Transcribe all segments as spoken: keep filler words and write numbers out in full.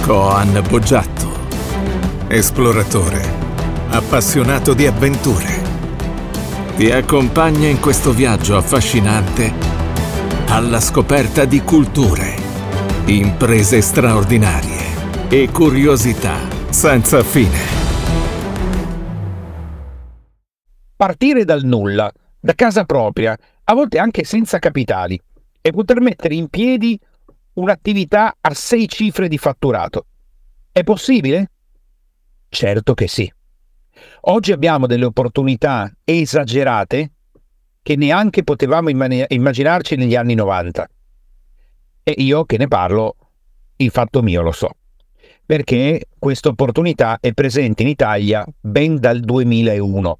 Coan Boggiatto, esploratore, appassionato di avventure, ti accompagna in questo viaggio affascinante alla scoperta di culture, imprese straordinarie e curiosità senza fine. Partire dal nulla, da casa propria, a volte anche senza capitali, e poter mettere in piedi un'attività a sei cifre di fatturato. È possibile? Certo che sì. Oggi abbiamo delle opportunità esagerate che neanche potevamo immani- immaginarci negli anni novanta. E io che ne parlo, il fatto mio lo so, perché questa opportunità è presente in Italia ben dal duemilauno.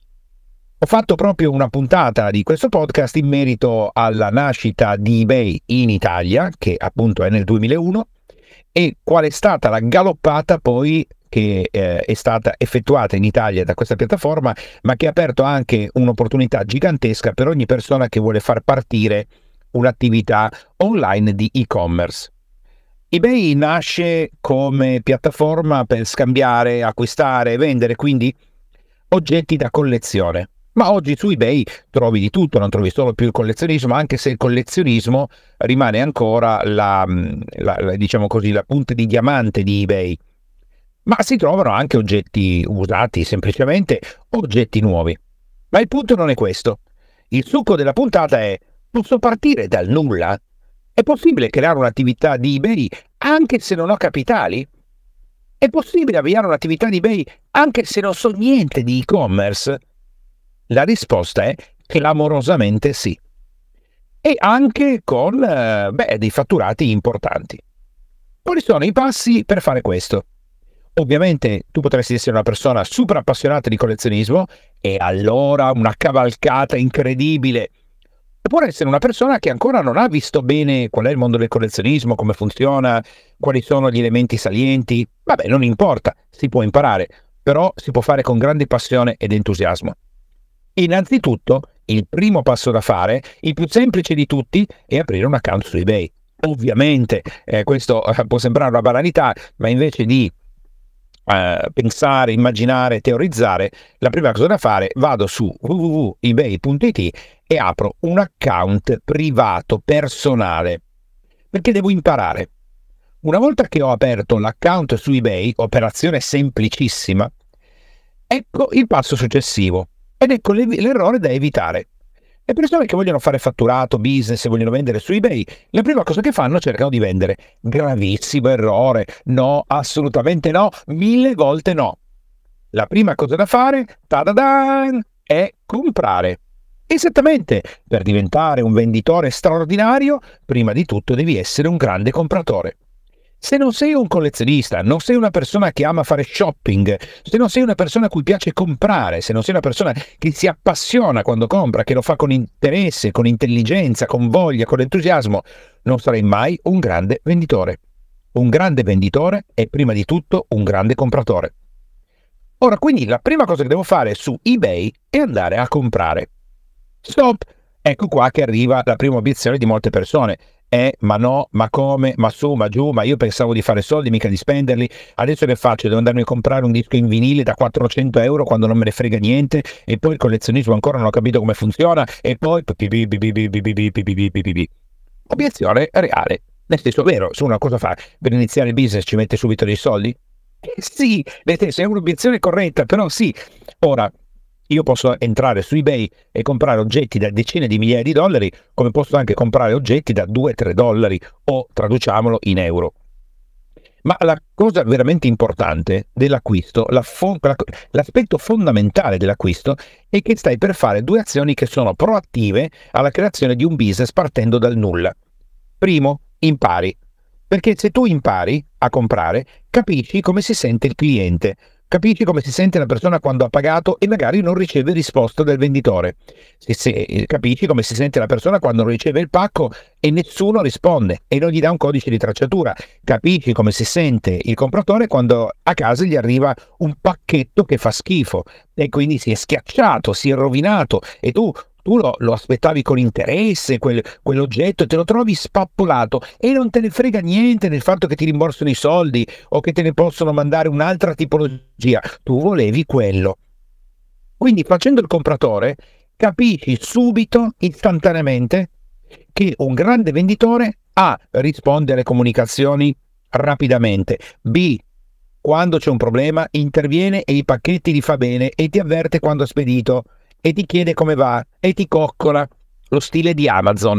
Ho fatto proprio una puntata di questo podcast in merito alla nascita di eBay in Italia, che appunto è nel duemilauno, e qual è stata la galoppata poi che eh, è stata effettuata in Italia da questa piattaforma, ma che ha aperto anche un'opportunità gigantesca per ogni persona che vuole far partire un'attività online di e-commerce. eBay nasce come piattaforma per scambiare, acquistare e vendere quindi oggetti da collezione. Ma oggi su eBay trovi di tutto, non trovi solo più il collezionismo, anche se il collezionismo rimane ancora la, la, la diciamo così, la punta di diamante di eBay. Ma si trovano anche oggetti usati semplicemente, oggetti nuovi. Ma il punto non è questo. Il succo della puntata è: posso partire dal nulla? È possibile creare un'attività di eBay anche se non ho capitali? È possibile avviare un'attività di eBay anche se non so niente di e-commerce? La risposta è clamorosamente sì. E anche con eh, beh, dei fatturati importanti. Quali sono i passi per fare questo? Ovviamente tu potresti essere una persona super appassionata di collezionismo e allora una cavalcata incredibile. Oppure essere una persona che ancora non ha visto bene qual è il mondo del collezionismo, come funziona, quali sono gli elementi salienti. Vabbè, non importa, si può imparare, però si può fare con grande passione ed entusiasmo. Innanzitutto, il primo passo da fare, il più semplice di tutti, è aprire un account su eBay. Ovviamente, eh, questo eh, può sembrare una banalità, ma invece di eh, pensare, immaginare, teorizzare, la prima cosa da fare, vado su w w w punto ebay punto i t e apro un account privato, personale, perché devo imparare. Una volta che ho aperto l'account su eBay, operazione semplicissima, ecco il passo successivo. Ed ecco l'errore da evitare. Le persone che vogliono fare fatturato, business e vogliono vendere su eBay, la prima cosa che fanno cercano di vendere. Gravissimo errore. No, assolutamente no. Mille volte no. La prima cosa da fare, ta-da-dan, è comprare. Esattamente. Per diventare un venditore straordinario, prima di tutto devi essere un grande compratore. Se non sei un collezionista, non sei una persona che ama fare shopping, se non sei una persona a cui piace comprare, se non sei una persona che si appassiona quando compra, che lo fa con interesse, con intelligenza, con voglia, con entusiasmo, non sarai mai un grande venditore. Un grande venditore è prima di tutto un grande compratore. Ora, quindi la prima cosa che devo fare su eBay è andare a comprare. Stop! Ecco qua che arriva la prima obiezione di molte persone. Eh, ma no, ma come, ma su, ma giù, ma io pensavo di fare soldi, mica di spenderli. Adesso che faccio? Devo andarmi a comprare un disco in vinile da quattrocento euro quando non me ne frega niente, e poi il collezionismo ancora non ho capito come funziona, e poi... Obiezione reale. Nel senso, vero, su una cosa fa? Per iniziare il business ci mette subito dei soldi? Eh sì, nel senso, è un'obiezione corretta, però sì. Ora, io posso entrare su eBay e comprare oggetti da decine di migliaia di dollari, come posso anche comprare oggetti da due tre dollari, o traduciamolo in euro. Ma la cosa veramente importante dell'acquisto, la fo- la, l'aspetto fondamentale dell'acquisto, è che stai per fare due azioni che sono proattive alla creazione di un business partendo dal nulla. Primo, impari. Perché se tu impari a comprare, capisci come si sente il cliente, capisci come si sente la persona quando ha pagato e magari non riceve risposta del venditore. Se, se, capisci come si sente la persona quando riceve il pacco e nessuno risponde e non gli dà un codice di tracciatura. Capisci come si sente il compratore quando a casa gli arriva un pacchetto che fa schifo e quindi si è schiacciato, si è rovinato, e tu tu lo, lo aspettavi con interesse, quel, quell'oggetto, te lo trovi spappolato e non te ne frega niente del fatto che ti rimborsano i soldi o che te ne possono mandare un'altra tipologia, tu volevi quello. Quindi facendo il compratore capisci subito, istantaneamente, che un grande venditore A risponde alle comunicazioni rapidamente, B quando c'è un problema interviene e i pacchetti li fa bene e ti avverte quando è spedito e ti chiede come va e ti coccola, lo stile di Amazon.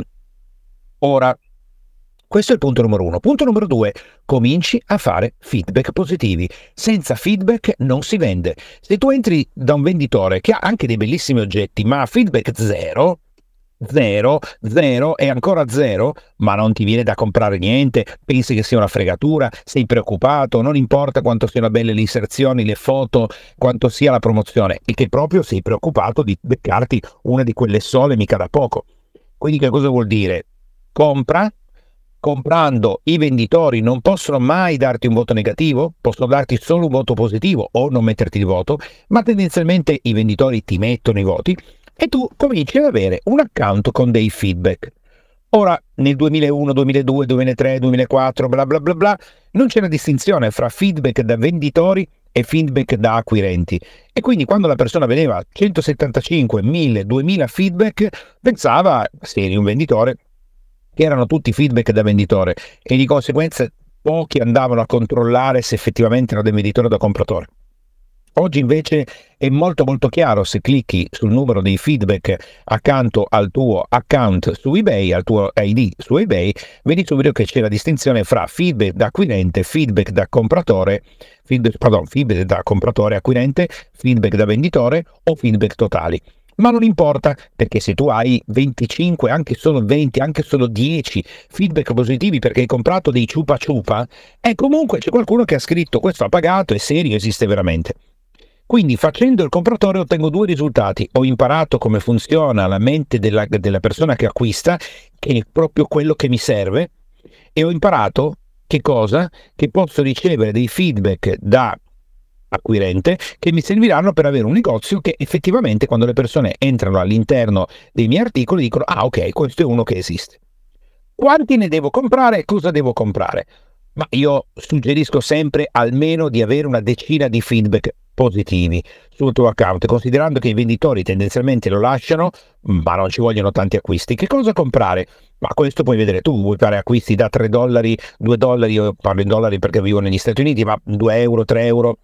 Ora, questo è il punto numero uno. Punto numero due, cominci a fare feedback positivi. Senza feedback non si vende. Se tu entri da un venditore che ha anche dei bellissimi oggetti, ma ha feedback zero, zero, zero e ancora zero, ma non ti viene da comprare niente, pensi che sia una fregatura, sei preoccupato, non importa quanto siano belle le inserzioni, le foto, quanto sia la promozione, e che proprio sei preoccupato di beccarti una di quelle sole mica da poco. Quindi che cosa vuol dire? Compra. Comprando i venditori non possono mai darti un voto negativo, possono darti solo un voto positivo o non metterti il voto, ma tendenzialmente i venditori ti mettono i voti e tu cominci ad avere un account con dei feedback. Ora, nel duemilauno, duemiladue, duemilatré, duemilaquattro, bla bla bla bla, non c'è una distinzione fra feedback da venditori e feedback da acquirenti. E quindi quando la persona vedeva centosettantacinque, mille, duemila feedback, pensava, se eri un venditore, che erano tutti feedback da venditore e di conseguenza pochi andavano a controllare se effettivamente erano da venditore o da compratore. Oggi invece è molto molto chiaro, se clicchi sul numero dei feedback accanto al tuo account su eBay, al tuo I D su eBay, vedi subito che c'è la distinzione fra feedback da acquirente, feedback da compratore, feedback, pardon, feedback da compratore acquirente, feedback da venditore o feedback totali. Ma non importa, perché se tu hai venticinque, anche solo venti, anche solo dieci feedback positivi perché hai comprato dei ciupa ciupa, e comunque c'è qualcuno che ha scritto questo ha pagato, è serio, esiste veramente. Quindi facendo il compratore ottengo due risultati: ho imparato come funziona la mente della, della persona che acquista, che è proprio quello che mi serve, e ho imparato che cosa? Che posso ricevere dei feedback da acquirente che mi serviranno per avere un negozio che effettivamente quando le persone entrano all'interno dei miei articoli dicono ah ok, questo è uno che esiste. Quanti ne devo comprare e cosa devo comprare? Ma io suggerisco sempre almeno di avere una decina di feedback positivi sul tuo account, considerando che i venditori tendenzialmente lo lasciano, ma non ci vogliono tanti acquisti. Che cosa comprare? Ma questo puoi vedere tu, vuoi fare acquisti da tre dollari, due dollari, io parlo in dollari perché vivo negli Stati Uniti, ma due euro, tre euro,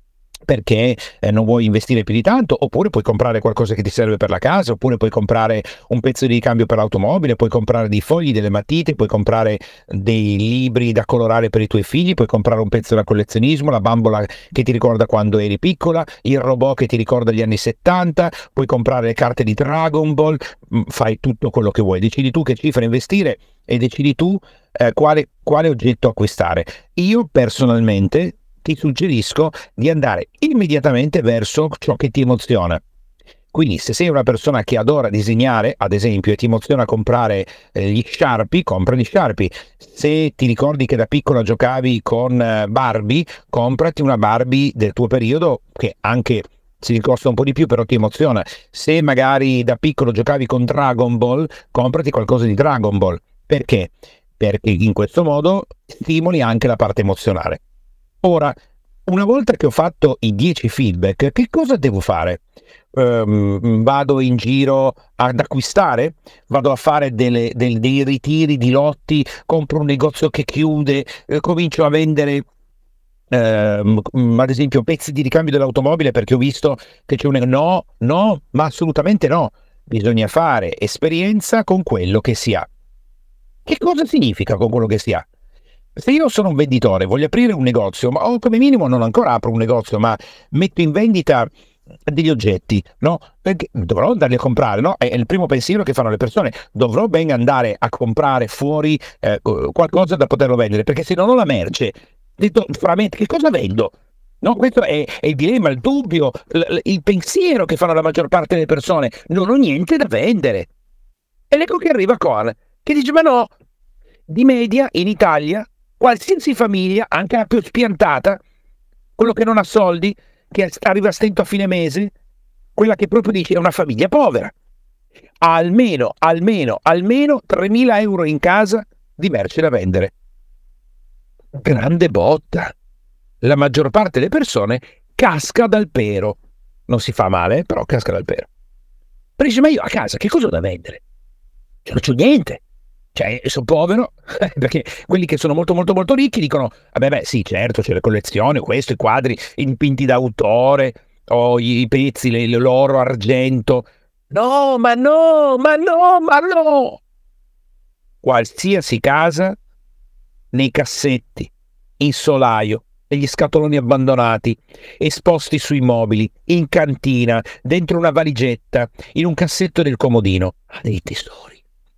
perché eh, non vuoi investire più di tanto, oppure puoi comprare qualcosa che ti serve per la casa, oppure puoi comprare un pezzo di ricambio per l'automobile, puoi comprare dei fogli, delle matite, puoi comprare dei libri da colorare per i tuoi figli, puoi comprare un pezzo da collezionismo, la bambola che ti ricorda quando eri piccola, il robot che ti ricorda gli anni settanta, puoi comprare le carte di Dragon Ball, fai tutto quello che vuoi, decidi tu che cifra investire e decidi tu eh, quale, quale oggetto acquistare. Io personalmente ti suggerisco di andare immediatamente verso ciò che ti emoziona. Quindi se sei una persona che adora disegnare, ad esempio, e ti emoziona comprare eh, gli Sharpie, compra gli Sharpie. Se ti ricordi che da piccola giocavi con eh, Barbie, comprati una Barbie del tuo periodo che anche si costa un po' di più, però ti emoziona. Se magari da piccolo giocavi con Dragon Ball, comprati qualcosa di Dragon Ball. Perché? Perché in questo modo stimoli anche la parte emozionale. Ora, una volta che ho fatto i dieci feedback, che cosa devo fare? Um, vado in giro ad acquistare? Vado a fare delle, del, dei ritiri di lotti? Compro un negozio che chiude? Eh, comincio a vendere ehm, ad esempio pezzi di ricambio dell'automobile perché ho visto che c'è un... No, no, ma assolutamente no. Bisogna fare esperienza con quello che si ha. Che cosa significa con quello che si ha? Se io sono un venditore, voglio aprire un negozio, ma o come minimo non ancora apro un negozio, ma metto in vendita degli oggetti, no? Perché dovrò andarli a comprare, no? È il primo pensiero che fanno le persone. Dovrò ben andare a comprare fuori eh, qualcosa da poterlo vendere, perché se non ho la merce, detto veramente, che cosa vendo? No, questo è, è il dilemma, il dubbio, l- il pensiero che fanno la maggior parte delle persone. Non ho niente da vendere. E ecco che arriva Coan, che dice, ma no, di media in Italia qualsiasi famiglia, anche la più spiantata, quello che non ha soldi, che arriva a stento a fine mese, quella che proprio dice è una famiglia povera. Ha almeno, almeno, almeno tremila euro in casa di merce da vendere. Grande botta. La maggior parte delle persone casca dal pero. Non si fa male, però casca dal pero. Però dice, ma io a casa che cosa ho da vendere? Cioè, non c'ho niente. Cioè, sono povero, perché quelli che sono molto molto molto ricchi dicono, vabbè beh sì, certo, c'è la collezione, questo, i quadri, i dipinti d'autore, o i, i pezzi, le, l'oro, argento. No, ma no, ma no, ma no! Qualsiasi casa, nei cassetti, in solaio, negli scatoloni abbandonati, esposti sui mobili, in cantina, dentro una valigetta, in un cassetto del comodino, ha dei tesori.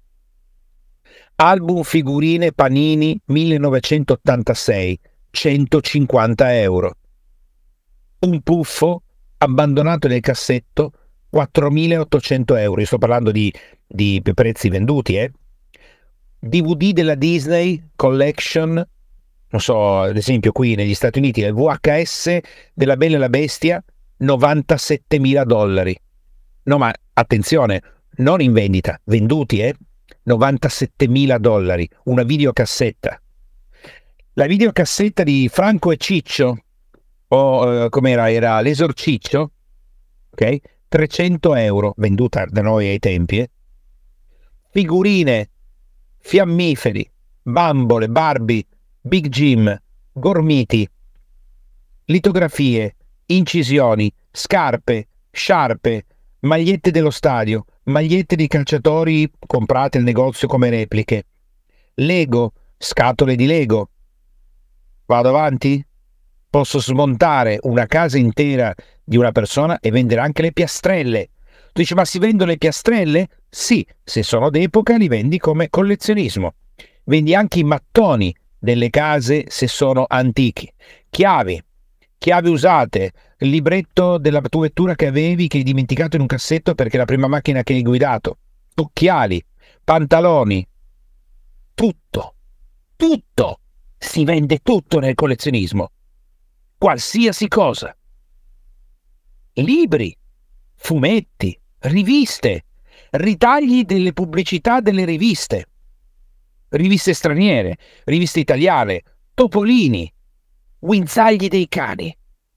Album figurine Panini millenovecentottantasei, centocinquanta euro. Un puffo abbandonato nel cassetto, quattromilaottocento euro. Io sto parlando di, di prezzi venduti, eh. D V D della Disney Collection, non so, ad esempio qui negli Stati Uniti, il V H S della Bella e la Bestia, novantasettemila dollari. No, ma attenzione, non in vendita, venduti, eh. novantasettemila dollari, una videocassetta. La videocassetta di Franco e Ciccio, o eh, com'era, era l'Esorciccio, ok? trecento euro, venduta da noi ai tempi, eh? Figurine, fiammiferi, bambole, Barbie, Big Jim, gormiti, litografie, incisioni, scarpe, sciarpe, magliette dello stadio, magliette di calciatori comprate al negozio come repliche, Lego, scatole di Lego. Vado avanti? Posso smontare una casa intera di una persona e vendere anche le piastrelle. Tu dici, ma si vendono le piastrelle? Sì, se sono d'epoca li vendi come collezionismo. Vendi anche i mattoni delle case se sono antichi. Chiavi, chiavi usate, il libretto della tua vettura che avevi che hai dimenticato in un cassetto perché è la prima macchina che hai guidato. Occhiali, pantaloni, tutto, tutto. Si vende tutto nel collezionismo. Qualsiasi cosa. Libri, fumetti, riviste, ritagli delle pubblicità delle riviste, riviste straniere, riviste italiane, topolini, guinzagli dei cani,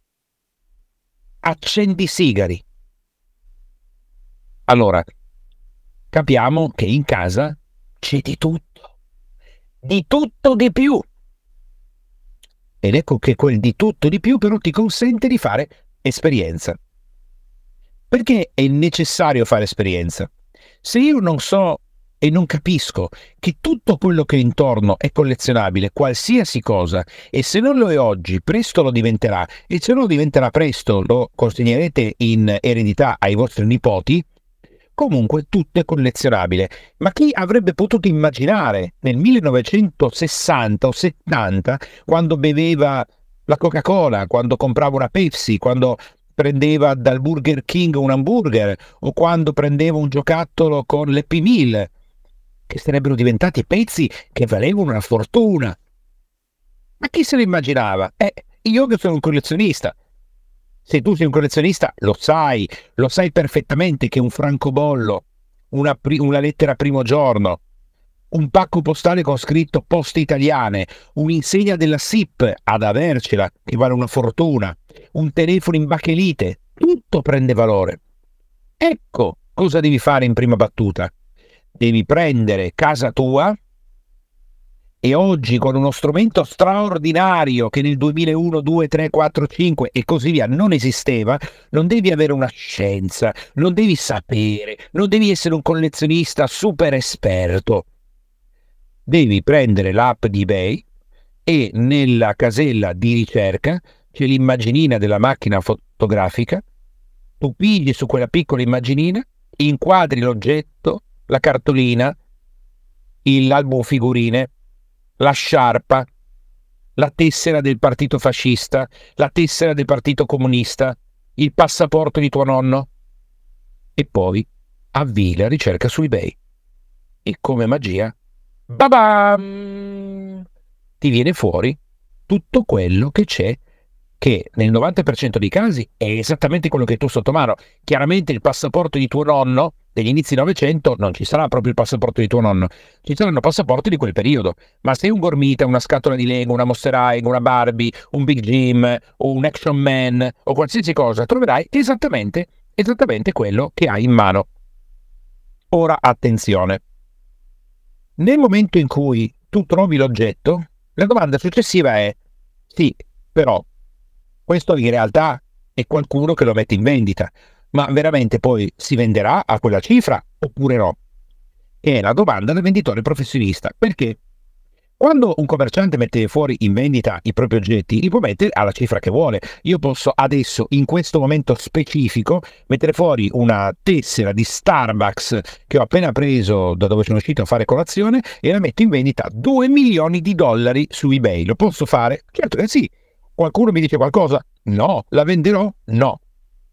accendisigari. Allora, capiamo che in casa c'è di tutto, di tutto di più. Ed ecco che quel di tutto di più però ti consente di fare esperienza. Perché è necessario fare esperienza? Se io non so e non capisco che tutto quello che è intorno è collezionabile, qualsiasi cosa, e se non lo è oggi, presto lo diventerà, e se non lo diventerà presto, lo consegnerete in eredità ai vostri nipoti, comunque tutto è collezionabile. Ma chi avrebbe potuto immaginare nel millenovecentosessanta o settanta, quando beveva la Coca-Cola, quando comprava una Pepsi, quando prendeva dal Burger King un hamburger, o quando prendeva un giocattolo con l'Happy Meal, che sarebbero diventati pezzi che valevano una fortuna? Ma chi se lo immaginava? Eh, io che sono un collezionista. Se tu sei un collezionista, lo sai, lo sai perfettamente che un francobollo, una, pri- una lettera primo giorno, un pacco postale con scritto Poste Italiane, un'insegna della S I P ad avercela, che vale una fortuna, un telefono in bachelite, tutto prende valore. Ecco cosa devi fare in prima battuta. Devi prendere casa tua e oggi con uno strumento straordinario che nel duemilauno, due, tre, quattro, cinque e così via non esisteva, non devi avere una scienza, non devi sapere, non devi essere un collezionista super esperto. Devi prendere l'app di eBay e nella casella di ricerca c'è l'immaginina della macchina fotografica, tu pigli su quella piccola immaginina, inquadri l'oggetto, la cartolina, l'album figurine, la sciarpa, la tessera del partito fascista, la tessera del partito comunista, il passaporto di tuo nonno e poi avvii la ricerca su eBay. E come magia, babam! Ti viene fuori tutto quello che c'è, che nel novanta per cento dei casi è esattamente quello che tu hai sotto mano. Chiaramente il passaporto di tuo nonno degli inizi Novecento non ci sarà proprio il passaporto di tuo nonno, ci saranno passaporti di quel periodo. Ma se un Gormita, una scatola di Lego, una Monster High, una Barbie, un Big Jim o un Action Man o qualsiasi cosa, troverai esattamente, esattamente quello che hai in mano. Ora attenzione. Nel momento in cui tu trovi l'oggetto, la domanda successiva è: sì, però questo in realtà è qualcuno che lo mette in vendita, ma veramente poi si venderà a quella cifra oppure no? È la domanda del venditore professionista. Perché quando un commerciante mette fuori in vendita i propri oggetti, li può mettere alla cifra che vuole. Io posso adesso, in questo momento specifico, mettere fuori una tessera di Starbucks che ho appena preso da dove sono uscito a fare colazione e la metto in vendita a due milioni di dollari su eBay. Lo posso fare? Certo che sì. Qualcuno mi dice qualcosa? No. La venderò? No.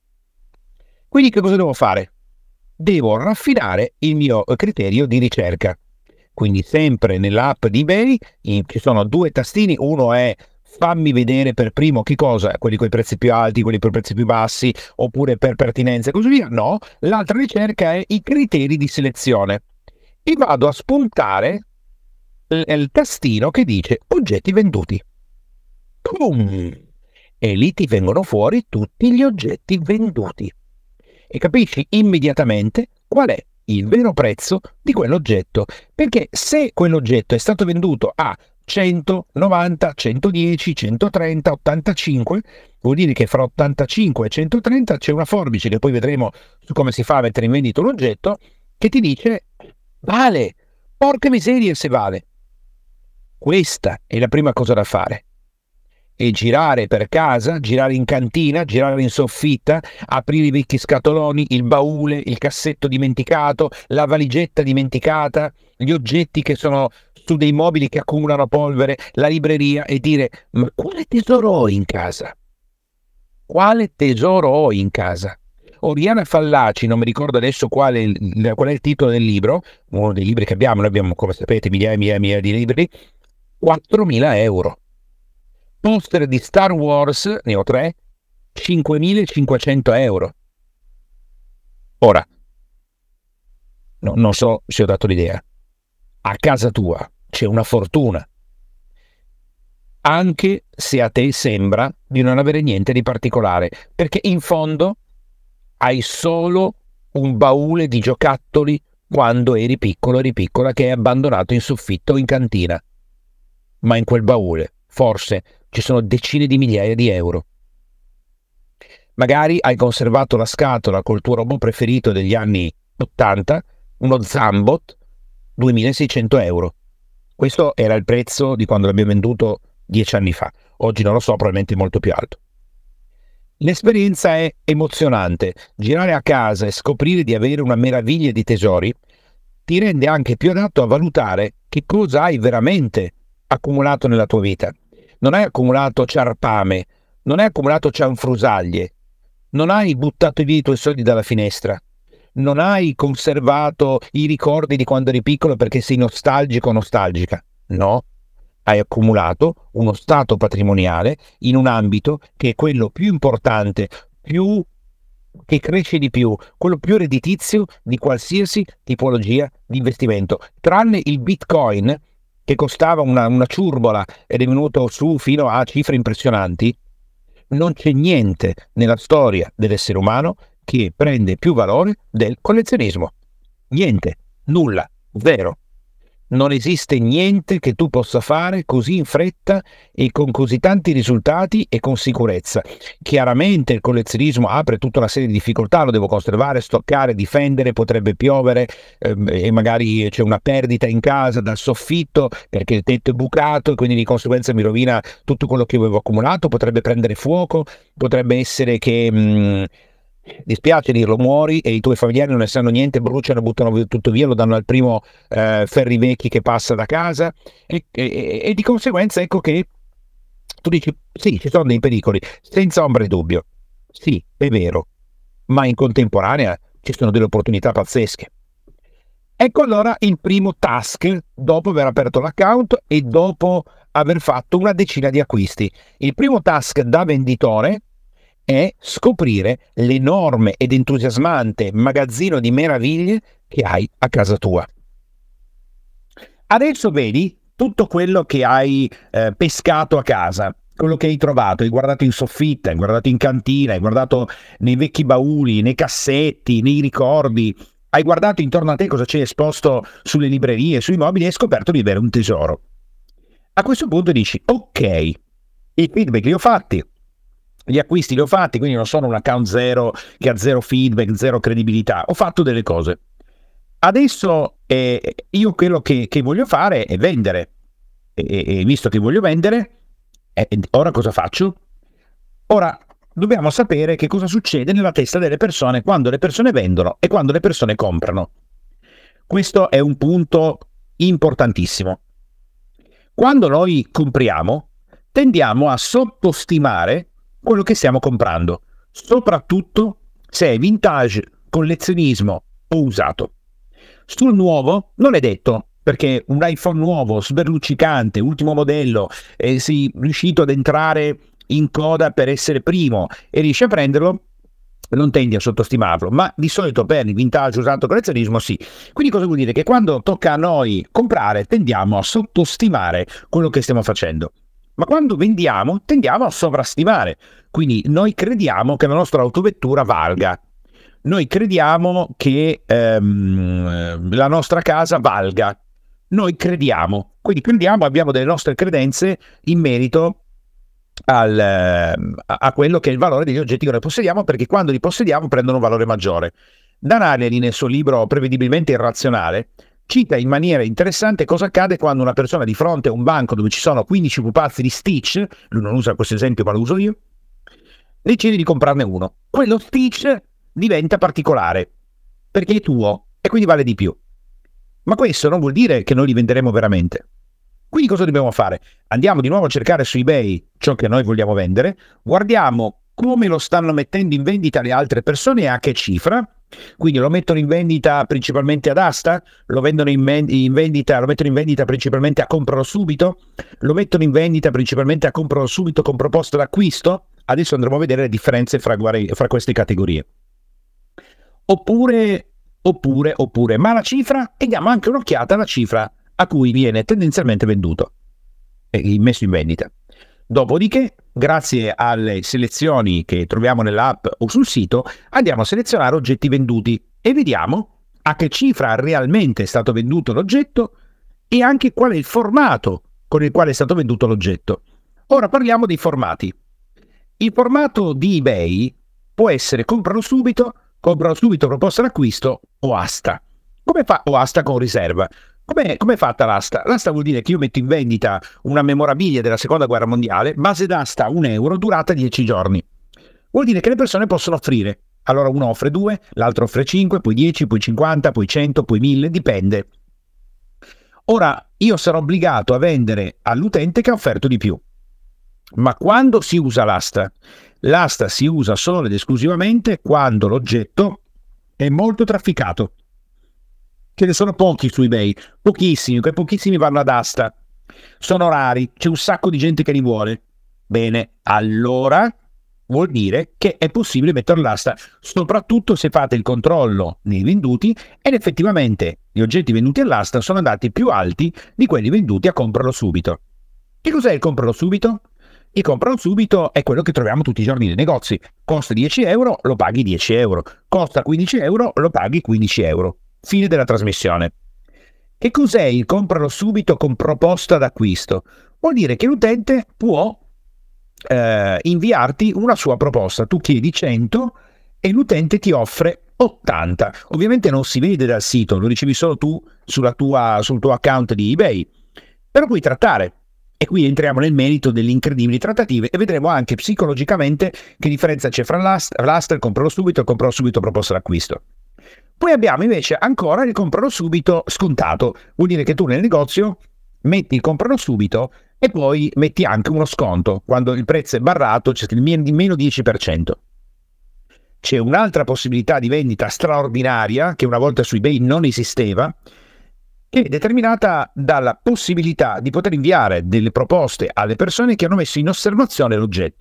Quindi che cosa devo fare? Devo raffinare il mio criterio di ricerca. Quindi sempre nell'app di eBay ci sono due tastini, uno è fammi vedere per primo che cosa, quelli con i prezzi più alti, quelli con i prezzi più bassi, oppure per pertinenza e così via. No, l'altra ricerca è i criteri di selezione. E vado a spuntare il tastino che dice oggetti venduti. Boom! E lì ti vengono fuori tutti gli oggetti venduti. E capisci immediatamente qual è il vero prezzo di quell'oggetto, perché se quell'oggetto è stato venduto a cento, novanta, centodieci, centotrenta, ottantacinque, vuol dire che fra ottantacinque e centotrenta c'è una forbice, che poi vedremo su come si fa a mettere in vendita un oggetto, che ti dice vale, porca miseria se vale. Questa è la prima cosa da fare. E girare per casa, girare in cantina, girare in soffitta, aprire i vecchi scatoloni, il baule, il cassetto dimenticato, la valigetta dimenticata, gli oggetti che sono su dei mobili che accumulano polvere, la libreria, e dire: ma quale tesoro ho in casa? Quale tesoro ho in casa? Oriana Fallaci, non mi ricordo adesso quale, qual è il titolo del libro, uno dei libri che abbiamo, noi abbiamo, come sapete, migliaia e migliaia, e migliaia di libri, quattromila euro. Poster di Star Wars, ne ho tre, cinquemilacinquecento euro. Ora, no, non so se ho dato l'idea, a casa tua c'è una fortuna, anche se a te sembra di non avere niente di particolare, perché in fondo hai solo un baule di giocattoli quando eri piccolo, eri piccola, che hai abbandonato in soffitto o in cantina. Ma in quel baule forse ci sono decine di migliaia di euro. Magari hai conservato la scatola col tuo robot preferito degli anni ottanta, uno Zambot, duemilaseicento euro. Questo era il prezzo di quando l'abbiamo venduto dieci anni fa. Oggi non lo so, probabilmente molto più alto. L'esperienza è emozionante. Girare a casa e scoprire di avere una meraviglia di tesori ti rende anche più adatto a valutare che cosa hai veramente accumulato nella tua vita. Non hai accumulato ciarpame, non hai accumulato cianfrusaglie, non hai buttato via i tuoi soldi dalla finestra, non hai conservato i ricordi di quando eri piccolo perché sei nostalgico o nostalgica. No, hai accumulato uno stato patrimoniale in un ambito che è quello più importante, più che cresce di più, quello più redditizio di qualsiasi tipologia di investimento, tranne il Bitcoin, che costava una, una ciurbola ed è venuto su fino a cifre impressionanti. Non c'è niente nella storia dell'essere umano che prende più valore del collezionismo. Niente, nulla, zero. Non esiste niente che tu possa fare così in fretta e con così tanti risultati e con sicurezza. Chiaramente il collezionismo apre tutta una serie di difficoltà, lo devo conservare, stoccare, difendere, potrebbe piovere ehm, e magari c'è una perdita in casa dal soffitto perché il tetto è bucato e quindi di conseguenza mi rovina tutto quello che avevo accumulato, potrebbe prendere fuoco, potrebbe essere che... Mh, dispiace dirlo, muori e i tuoi familiari non ne sanno niente, bruciano, buttano tutto via, lo danno al primo eh, ferrivecchi che passa da casa e, e, e di conseguenza ecco che tu dici sì, ci sono dei pericoli, senza ombra di dubbio, sì, è vero, ma in contemporanea ci sono delle opportunità pazzesche. Ecco allora il primo task dopo aver aperto l'account e dopo aver fatto una decina di acquisti. Il primo task da venditore è scoprire l'enorme ed entusiasmante magazzino di meraviglie che hai a casa tua. Adesso vedi tutto quello che hai eh, pescato a casa, quello che hai trovato, hai guardato in soffitta, hai guardato in cantina, hai guardato nei vecchi bauli, nei cassetti, nei ricordi, hai guardato intorno a te cosa c'è esposto sulle librerie, sui mobili e hai scoperto di avere un tesoro. A questo punto dici, ok, i feedback li ho fatti, gli acquisti li ho fatti, quindi non sono un account zero che ha zero feedback, zero credibilità, ho fatto delle cose. Adesso eh, io quello che, che voglio fare è vendere, e, e visto che voglio vendere, eh, ora cosa faccio? Ora dobbiamo sapere che cosa succede nella testa delle persone quando le persone vendono e quando le persone comprano. Questo è un punto importantissimo. Quando noi compriamo, tendiamo a sottostimare quello che stiamo comprando, soprattutto se è vintage, collezionismo o usato. Sul nuovo non è detto, perché un iPhone nuovo, sberluccicante, ultimo modello, e sei riuscito ad entrare in coda per essere primo e riesci a prenderlo, non tendi a sottostimarlo, ma di solito per il vintage, usato, collezionismo sì. Quindi cosa vuol dire? Che quando tocca a noi comprare tendiamo a sottostimare quello che stiamo facendo, ma quando vendiamo tendiamo a sovrastimare. Quindi noi crediamo che la nostra autovettura valga, noi crediamo che ehm, la nostra casa valga, noi crediamo, quindi crediamo, abbiamo delle nostre credenze in merito Al, a quello che è il valore degli oggetti che noi possediamo, perché quando li possediamo prendono un valore maggiore. Dan Ariely, nel suo libro Prevedibilmente irrazionale, cita in maniera interessante cosa accade quando una persona di fronte a un banco dove ci sono quindici pupazzi di Stitch, lui non usa questo esempio ma lo uso io, decide di comprarne uno. Quello Stitch diventa particolare perché è tuo e quindi vale di più. Ma questo non vuol dire che noi li venderemo veramente. Quindi cosa dobbiamo fare? Andiamo di nuovo a cercare su eBay ciò che noi vogliamo vendere, guardiamo come lo stanno mettendo in vendita le altre persone e a che cifra. Quindi lo mettono in vendita principalmente ad asta, lo vendono in, men- in vendita, lo mettono in vendita principalmente a compralo subito, lo mettono in vendita principalmente a compralo subito con proposta d'acquisto. Adesso andremo a vedere le differenze fra, fra queste categorie. Oppure, oppure, oppure, ma la cifra, e diamo anche un'occhiata alla cifra a cui viene tendenzialmente venduto e messo in vendita. Dopodiché, grazie alle selezioni che troviamo nell'app o sul sito, andiamo a selezionare oggetti venduti e vediamo a che cifra realmente è stato venduto l'oggetto e anche qual è il formato con il quale è stato venduto l'oggetto. Ora parliamo dei formati. Il formato di eBay può essere compralo subito, compralo subito proposta d'acquisto o asta. Come fa o asta con riserva? Come è fatta l'asta? L'asta vuol dire che io metto in vendita una memorabilia della seconda guerra mondiale, base d'asta un euro, durata dieci giorni. Vuol dire che le persone possono offrire. Allora uno offre due, l'altro offre cinque, poi dieci, poi cinquanta, poi cento, poi mille, dipende. Ora io sarò obbligato a vendere all'utente che ha offerto di più. Ma quando si usa l'asta? L'asta si usa solo ed esclusivamente quando l'oggetto è molto trafficato. Ce ne sono pochi su eBay, pochissimi, quei pochissimi vanno ad asta, sono rari, c'è un sacco di gente che li vuole. Bene, allora vuol dire che è possibile metterlo all'asta, soprattutto se fate il controllo nei venduti ed effettivamente gli oggetti venduti all'asta sono andati più alti di quelli venduti a comprarlo subito. Che cos'è il comprarlo subito? Il comprarlo subito è quello che troviamo tutti i giorni nei negozi. Costa dieci euro, lo paghi dieci euro. Costa quindici euro, lo paghi quindici euro. Fine della trasmissione. Che cos'è il compralo subito con proposta d'acquisto? Vuol dire che l'utente può eh, inviarti una sua proposta. Tu chiedi cento e l'utente ti offre ottanta. Ovviamente non si vede dal sito, lo ricevi solo tu sulla tua, sul tuo account di eBay. Però puoi trattare. E qui entriamo nel merito delle incredibili trattative e vedremo anche psicologicamente che differenza c'è fra l'asta, l'asta il compralo subito e il compralo subito proposta d'acquisto. Poi abbiamo invece ancora il compralo subito scontato, vuol dire che tu nel negozio metti il compralo subito e poi metti anche uno sconto, quando il prezzo è barrato c'è il meno dieci per cento. C'è un'altra possibilità di vendita straordinaria che una volta su eBay non esisteva, che è determinata dalla possibilità di poter inviare delle proposte alle persone che hanno messo in osservazione l'oggetto.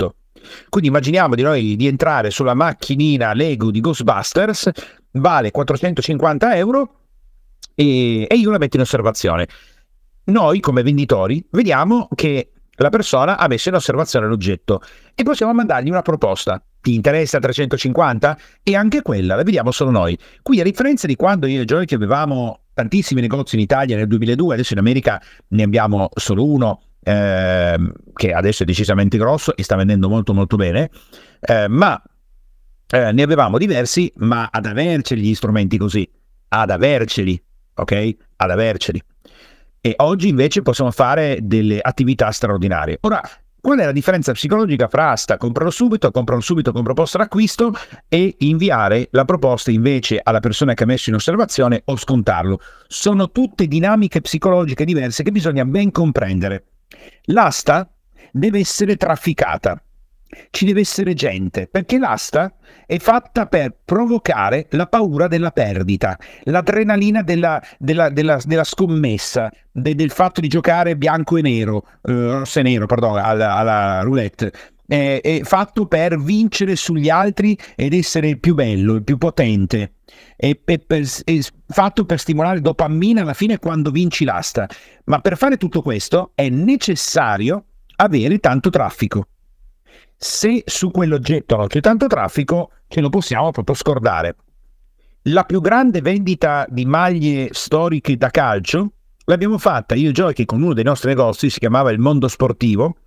Quindi immaginiamo di noi di entrare sulla macchinina Lego di Ghostbusters, vale quattrocentocinquanta euro e, e io la metto in osservazione. Noi come venditori vediamo che la persona ha messo in osservazione l'oggetto e possiamo mandargli una proposta. Ti interessa trecentocinquanta? E anche quella la vediamo solo noi. Qui, a differenza di quando io e Joy che avevamo tantissimi negozi in Italia nel duemiladue, adesso in America ne abbiamo solo uno, ehm, che adesso è decisamente grosso e sta vendendo molto molto bene, eh, ma eh, ne avevamo diversi, ma ad averceli gli strumenti così, ad averceli, ok? Ad averceli. E oggi invece possiamo fare delle attività straordinarie. Ora, qual è la differenza psicologica fra asta, compralo subito, compralo subito con proposta d'acquisto e inviare la proposta invece alla persona che ha messo in osservazione o scontarlo? Sono tutte dinamiche psicologiche diverse che bisogna ben comprendere. L'asta deve essere trafficata. Ci deve essere gente, perché l'asta è fatta per provocare la paura della perdita, l'adrenalina della, della, della, della scommessa, de, del fatto di giocare bianco e nero, eh, rosso e nero, pardon, alla, alla roulette. È, è fatto per vincere sugli altri ed essere il più bello, il più potente. È, è, per, è fatto per stimolare dopamina alla fine quando vinci l'asta. Ma per fare tutto questo è necessario avere tanto traffico. Se su quell'oggetto non c'è tanto traffico, ce lo possiamo proprio scordare. La più grande vendita di maglie storiche da calcio l'abbiamo fatta io e Joy, che con uno dei nostri negozi si chiamava Il Mondo Sportivo,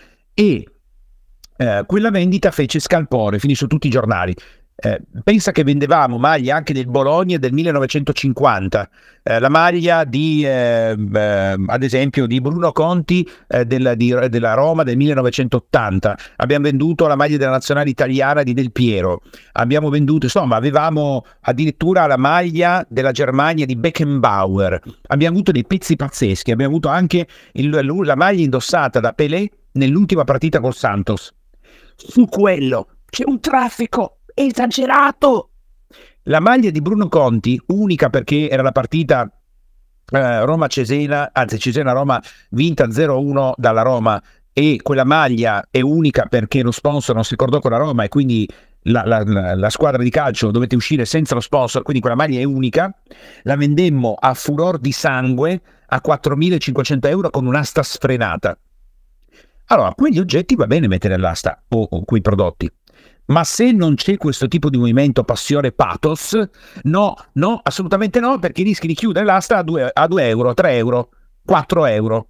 e eh, quella vendita fece scalpore, finì su tutti i giornali. Eh, pensa che vendevamo maglie anche del Bologna del millenovecentocinquanta, eh, la maglia di eh, eh, ad esempio di Bruno Conti eh, della, di, della Roma del millenovecentottanta, abbiamo venduto la maglia della nazionale italiana di Del Piero, abbiamo venduto, insomma avevamo addirittura la maglia della Germania di Beckenbauer, abbiamo avuto dei pezzi pazzeschi, abbiamo avuto anche il, la maglia indossata da Pelé nell'ultima partita col Santos. Su quello c'è un traffico esagerato. La maglia di Bruno Conti, unica perché era la partita eh, Roma-Cesena, anzi Cesena-Roma vinta zero a uno dalla Roma, e quella maglia è unica perché lo sponsor non si ricordò con la Roma e quindi la, la, la, la squadra di calcio dovette uscire senza lo sponsor, quindi quella maglia è unica. La vendemmo a furor di sangue a quattromilacinquecento euro con un'asta sfrenata. Allora, quegli oggetti va bene mettere all'asta o, o quei prodotti. Ma se non c'è questo tipo di movimento, passione, pathos, no, no, assolutamente no, perché rischi di chiudere l'asta a due euro, tre euro, quattro euro.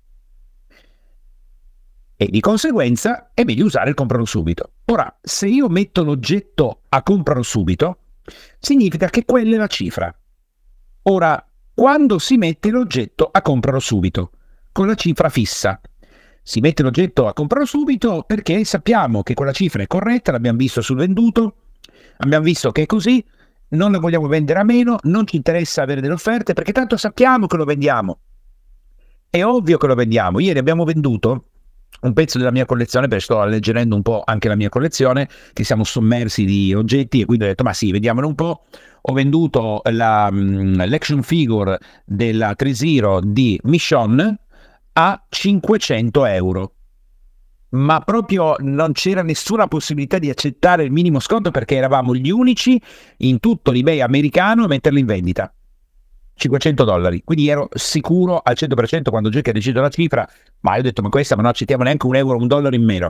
E di conseguenza è meglio usare il compralo subito. Ora, se io metto l'oggetto a compralo subito, significa che quella è la cifra. Ora, quando si mette l'oggetto a compralo subito, con la cifra fissa, si mette l'oggetto a comprarlo subito perché sappiamo che quella cifra è corretta, l'abbiamo visto sul venduto, abbiamo visto che è così, non la vogliamo vendere a meno, non ci interessa avere delle offerte perché tanto sappiamo che lo vendiamo. È ovvio che lo vendiamo. Ieri abbiamo venduto un pezzo della mia collezione, perché sto alleggerendo un po' anche la mia collezione, che siamo sommersi di oggetti, e quindi ho detto ma sì, vediamolo un po'. Ho venduto la, l'action figure della tre Zero di Michonne a cinquecento euro, ma proprio non c'era nessuna possibilità di accettare il minimo sconto perché eravamo gli unici in tutto l'eBay americano a metterli in vendita. cinquecento dollari, quindi ero sicuro al cento per cento quando Jack ha deciso la cifra, ma io ho detto ma questa ma non accettiamo neanche un euro, un dollaro in meno.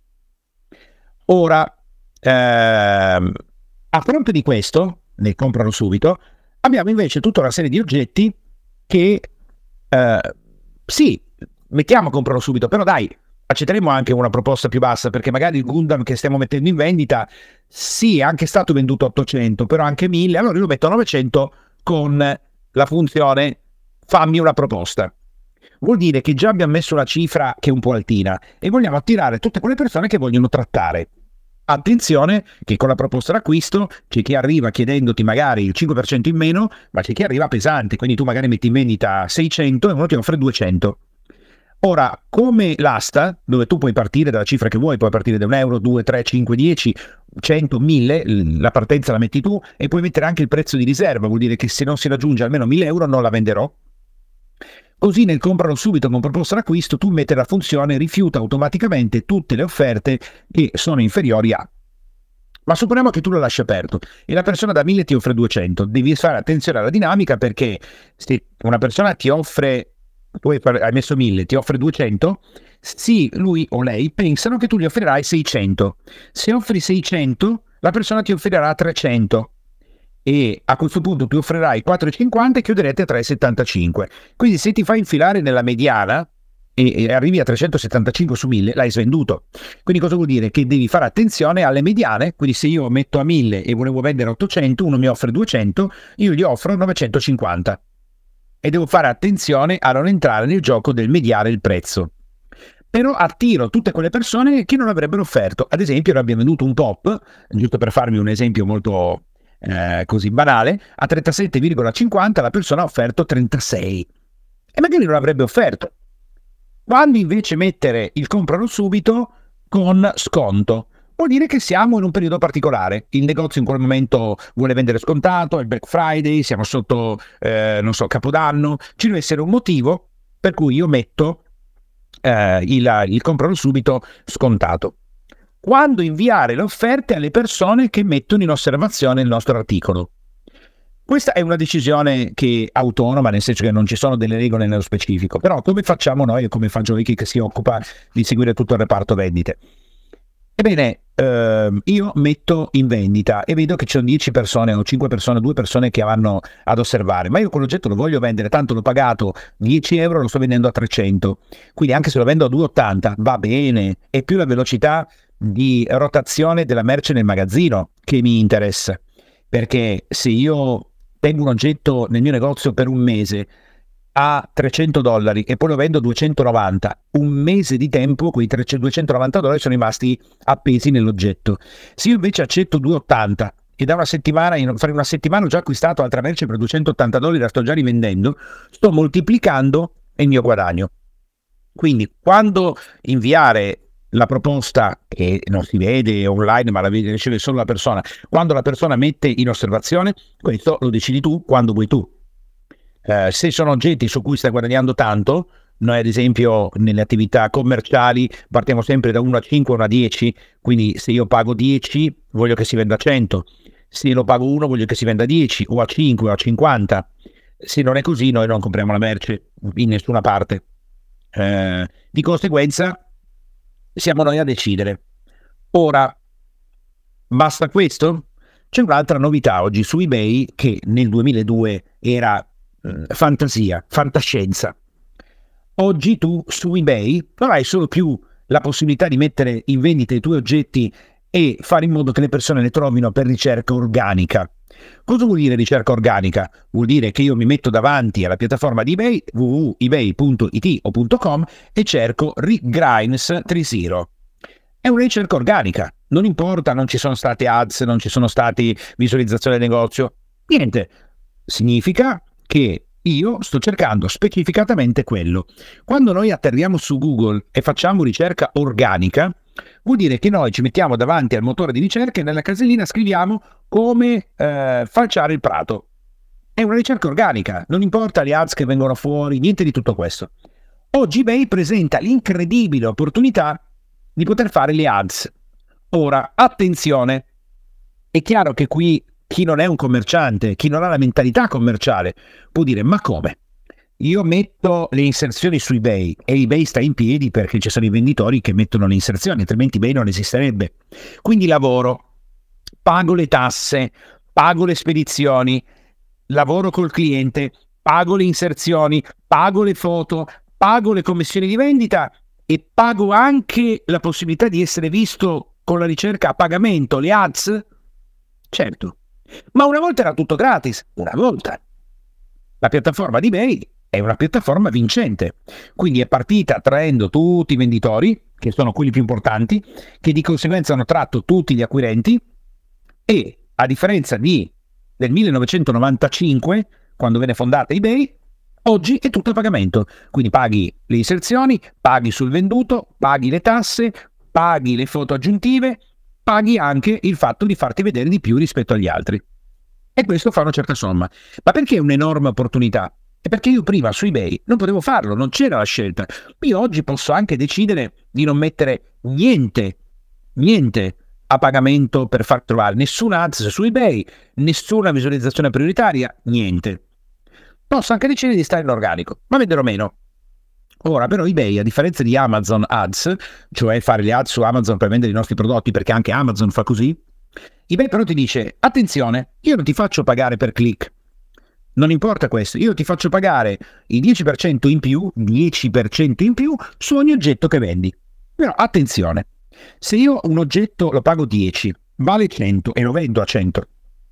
Ora, ehm, a fronte di questo, ne comprano subito, abbiamo invece tutta una serie di oggetti che eh, sì, mettiamo compralo subito, però dai, accetteremo anche una proposta più bassa, perché magari il Gundam che stiamo mettendo in vendita sì, è anche stato venduto a ottocento, però anche mille, allora io lo metto a novecento con la funzione fammi una proposta. Vuol dire che già abbiamo messo una cifra che è un po' altina e vogliamo attirare tutte quelle persone che vogliono trattare. Attenzione che con la proposta d'acquisto c'è chi arriva chiedendoti magari il cinque per cento in meno, ma c'è chi arriva pesante, quindi tu magari metti in vendita seicento e uno ti offre duecento. Ora, come l'asta, dove tu puoi partire dalla cifra che vuoi, puoi partire da un euro, due, tre, cinque, dieci, cento, mille, la partenza la metti tu e puoi mettere anche il prezzo di riserva, vuol dire che se non si raggiunge almeno mille euro non la venderò. Così nel compralo subito con proposta d'acquisto tu metti la funzione rifiuta automaticamente tutte le offerte che sono inferiori a. Ma supponiamo che tu lo lasci aperto e la persona da mille ti offre duecento, devi fare attenzione alla dinamica, perché se una persona ti offre, tu hai messo mille, ti offre duecento, sì, lui o lei pensano che tu gli offrirai seicento. Se offri seicento, la persona ti offrirà trecento e a questo punto tu offrirai quattro virgola cinquanta e chiuderete a tre virgola settantacinque. Quindi se ti fai infilare nella mediana e, e arrivi a trecentosettantacinque su mille, l'hai svenduto. Quindi cosa vuol dire? Che devi fare attenzione alle mediane. Quindi se io metto a mille e volevo vendere ottocento, uno mi offre duecento, io gli offro novecentocinquanta e devo fare attenzione a non entrare nel gioco del mediare il prezzo. Però attiro tutte quelle persone che non avrebbero offerto. Ad esempio, noi abbiamo venduto un top, giusto per farmi un esempio molto eh, così banale, a trentasette virgola cinquanta la persona ha offerto trentasei e magari non avrebbe offerto. Quando invece mettere il compralo subito con sconto, vuol dire che siamo in un periodo particolare. Il negozio in quel momento vuole vendere scontato, è il Black Friday, siamo sotto, eh, non so, Capodanno. Ci deve essere un motivo per cui io metto eh, il, il compralo subito scontato. Quando inviare le offerte alle persone che mettono in osservazione il nostro articolo. Questa è una decisione che è autonoma, nel senso che non ci sono delle regole nello specifico, però come facciamo noi e come fa Joiki, che si occupa di seguire tutto il reparto vendite? Ebbene, eh, io metto in vendita e vedo che ci sono dieci persone o cinque persone, due persone che vanno ad osservare, ma io quell'oggetto lo voglio vendere, tanto l'ho pagato dieci euro, lo sto vendendo a trecento, quindi anche se lo vendo a due virgola ottanta va bene, è più la velocità di rotazione della merce nel magazzino che mi interessa, perché se io tengo un oggetto nel mio negozio per un mese a trecento dollari e poi lo vendo a duecentonovanta, un mese di tempo quei duecentonovanta dollari sono rimasti appesi nell'oggetto. Se io invece accetto due virgola ottanta e da una settimana, in, fra una settimana ho già acquistato altra merce per duecentottanta dollari, la sto già rivendendo, sto moltiplicando il mio guadagno. Quindi quando inviare la proposta, che non si vede online ma la riceve solo la persona, quando la persona mette in osservazione, questo lo decidi tu quando vuoi tu. Eh, se sono oggetti su cui stai guadagnando tanto, noi ad esempio nelle attività commerciali partiamo sempre da uno a cinque, uno a dieci, quindi se io pago dieci voglio che si venda a cento, se lo pago uno voglio che si venda a dieci o a cinque o a cinquanta. Se non è così noi non compriamo la merce in nessuna parte. Eh, di conseguenza siamo noi a decidere. Ora, basta questo? C'è un'altra novità oggi su eBay che nel duemiladue era eh, fantasia, fantascienza. Oggi tu su eBay non hai solo più la possibilità di mettere in vendita i tuoi oggetti e fare in modo che le persone le trovino per ricerca organica. Cosa vuol dire ricerca organica? Vuol dire che io mi metto davanti alla piattaforma di eBay, w w w punto ebay punto i t o punto com, e cerco Rick Grimes trenta. È una ricerca organica, non importa, non ci sono state ads, non ci sono state visualizzazioni del negozio, niente. Significa che io sto cercando specificatamente quello. Quando noi atterriamo su Google e facciamo ricerca organica, vuol dire che noi ci mettiamo davanti al motore di ricerca e nella casellina scriviamo come eh, falciare il prato. È una ricerca organica, non importa le ads che vengono fuori, niente di tutto questo. Oggi eBay presenta l'incredibile opportunità di poter fare le ads. Ora, attenzione, è chiaro che qui chi non è un commerciante, chi non ha la mentalità commerciale, può dire: ma come? Io metto le inserzioni su eBay e eBay sta in piedi perché ci sono i venditori che mettono le inserzioni, altrimenti eBay non esisterebbe. Quindi lavoro, pago le tasse, pago le spedizioni, lavoro col cliente, pago le inserzioni, pago le foto, pago le commissioni di vendita e pago anche la possibilità di essere visto con la ricerca a pagamento, le ads. Certo, ma una volta era tutto gratis, una volta. La piattaforma di eBay è una piattaforma vincente, quindi è partita attraendo tutti i venditori, che sono quelli più importanti, che di conseguenza hanno attratto tutti gli acquirenti e, a differenza di, del millenovecentonovantacinque, quando venne fondata eBay, oggi è tutto a pagamento. Quindi paghi le inserzioni, paghi sul venduto, paghi le tasse, paghi le foto aggiuntive, paghi anche il fatto di farti vedere di più rispetto agli altri. E questo fa una certa somma. Ma perché è un'enorme opportunità? È perché io prima su eBay non potevo farlo, non c'era la scelta. Io oggi posso anche decidere di non mettere niente, niente a pagamento per far trovare nessuna ads su eBay, nessuna visualizzazione prioritaria, niente. Posso anche decidere di stare in organico, ma venderò meno. Ora però eBay, a differenza di Amazon Ads, cioè fare le ads su Amazon per vendere i nostri prodotti, perché anche Amazon fa così, eBay però ti dice, attenzione, io non ti faccio pagare per click, non importa questo, io ti faccio pagare il dieci per cento in più, dieci per cento in più su ogni oggetto che vendi. Però attenzione, se io un oggetto lo pago dieci, vale cento e lo vendo a cento,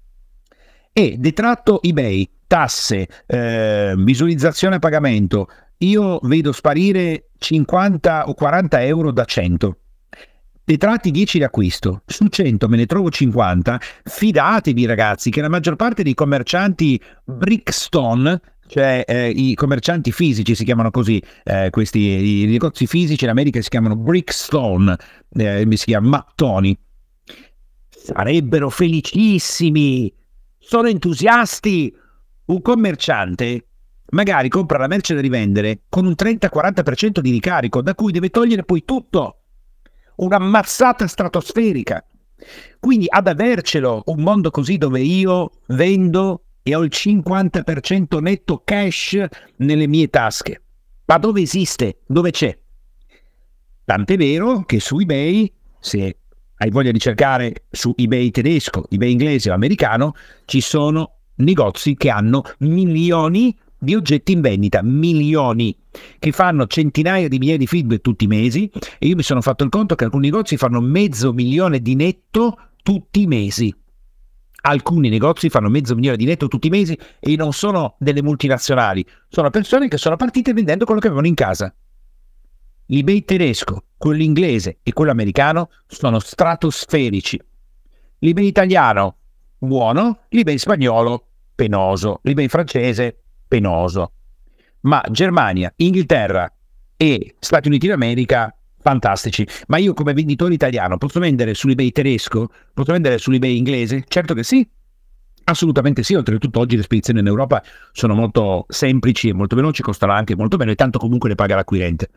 e detratto eBay, tasse, eh, visualizzazione a pagamento, io vedo sparire cinquanta o quaranta euro da cento. Detratti dieci di acquisto, su cento me ne trovo cinquanta, fidatevi ragazzi che la maggior parte dei commercianti Brickstone, cioè eh, i commercianti fisici si chiamano così, eh, questi i negozi fisici in America si chiamano Brickstone, eh, si chiama mattoni, sarebbero felicissimi, sono entusiasti. Un commerciante magari compra la merce da rivendere con un trenta quaranta per cento di ricarico, da cui deve togliere poi tutto, una mazzata stratosferica. Quindi ad avercelo un mondo così dove io vendo e ho il cinquanta per cento netto cash nelle mie tasche, ma dove esiste? Dove c'è? Tant'è vero che su eBay, se hai voglia di cercare su eBay tedesco, eBay inglese o americano, ci sono negozi che hanno milioni di oggetti in vendita, milioni, che fanno centinaia di migliaia di feedback tutti i mesi, e io mi sono fatto il conto che alcuni negozi fanno mezzo milione di netto tutti i mesi. Alcuni negozi fanno mezzo milione di netto tutti i mesi e non sono delle multinazionali, sono persone che sono partite vendendo quello che avevano in casa. L'eBay tedesco, quello inglese e quello americano sono stratosferici. L'eBay italiano, buono, l'eBay spagnolo, penoso, l'eBay francese, penoso. Ma Germania, Inghilterra e Stati Uniti d'America, fantastici. Ma io come venditore italiano posso vendere sull'eBay tedesco? Posso vendere sull'eBay inglese? Certo che sì, assolutamente sì. Oltretutto oggi le spedizioni in Europa sono molto semplici e molto veloci, costano anche molto meno e tanto comunque le paga l'acquirente.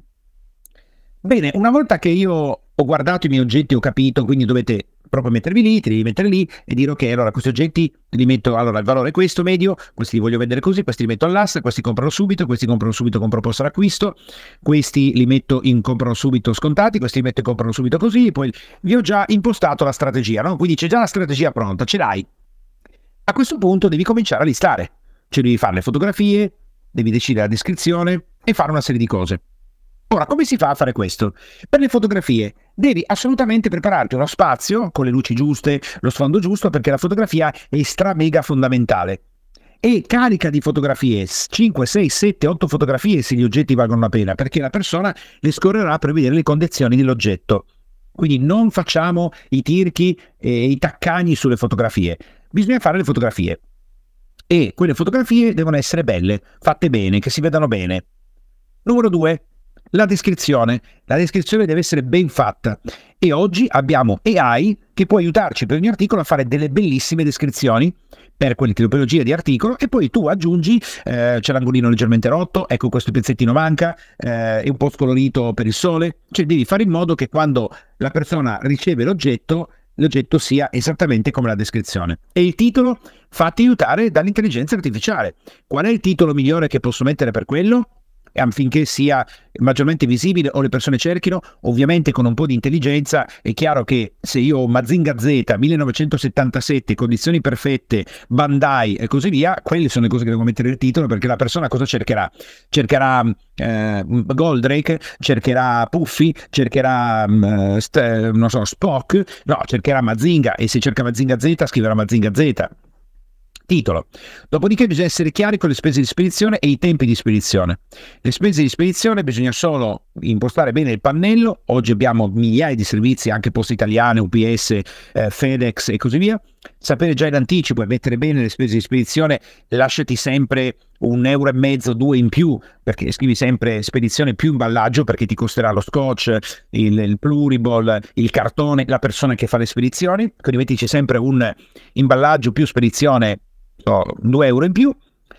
Bene, una volta che io ho guardato i miei oggetti, ho capito, quindi dovete proprio mettervi lì, te li devi mettere lì e dire ok, allora questi oggetti li metto, allora il valore è questo medio, questi li voglio vendere così, questi li metto all'asta, questi comprano subito, questi comprano subito con proposta d'acquisto, questi li metto in comprano subito scontati, questi li metto in comprano subito così, poi vi ho già impostato la strategia, no? Quindi c'è già la strategia pronta, ce l'hai. A questo punto devi cominciare a listare, cioè devi fare le fotografie, devi decidere la descrizione e fare una serie di cose. Ora, come si fa a fare questo? Per le fotografie devi assolutamente prepararti uno spazio con le luci giuste, lo sfondo giusto, perché la fotografia è stra mega fondamentale. E carica di fotografie, cinque, sei, sette, otto fotografie se gli oggetti valgono la pena, perché la persona le scorrerà per vedere le condizioni dell'oggetto. Quindi non facciamo i tirchi e i taccagni sulle fotografie, bisogna fare le fotografie. E quelle fotografie devono essere belle, fatte bene, che si vedano bene. Numero due. La descrizione. La descrizione deve essere ben fatta e oggi abbiamo A I che può aiutarci per ogni articolo a fare delle bellissime descrizioni per quelle tipologie di articolo e poi tu aggiungi eh, c'è l'angolino leggermente rotto, ecco questo pezzettino manca, eh, è un po' scolorito per il sole, cioè devi fare in modo che quando la persona riceve l'oggetto l'oggetto sia esattamente come la descrizione. E il titolo? Fatti aiutare dall'intelligenza artificiale. Qual è il titolo migliore che posso mettere per quello? Affinché sia maggiormente visibile o le persone cerchino, ovviamente con un po' di intelligenza. È chiaro che se io ho Mazinga Z millenovecentosettantasette, condizioni perfette, Bandai e così via, quelle sono le cose che devo mettere nel titolo, perché la persona cosa cercherà? Cercherà eh, Goldrake, cercherà Puffy, cercherà uh, st- non so, Spock, no, cercherà Mazinga, e se cerca Mazinga Z scriverà Mazinga Z. Titolo. Dopodiché bisogna essere chiari con le spese di spedizione e i tempi di spedizione. Le spese di spedizione bisogna solo impostare bene il pannello. Oggi abbiamo migliaia di servizi, anche Poste Italiane, U P S, eh, FedEx e così via. Sapere già in anticipo e mettere bene le spese di spedizione. Lasciati sempre un euro e mezzo, due in più, perché scrivi sempre spedizione più imballaggio, perché ti costerà lo scotch, il, il pluriball, il cartone, la persona che fa le spedizioni. Quindi mettici sempre un imballaggio più spedizione, due euro in più.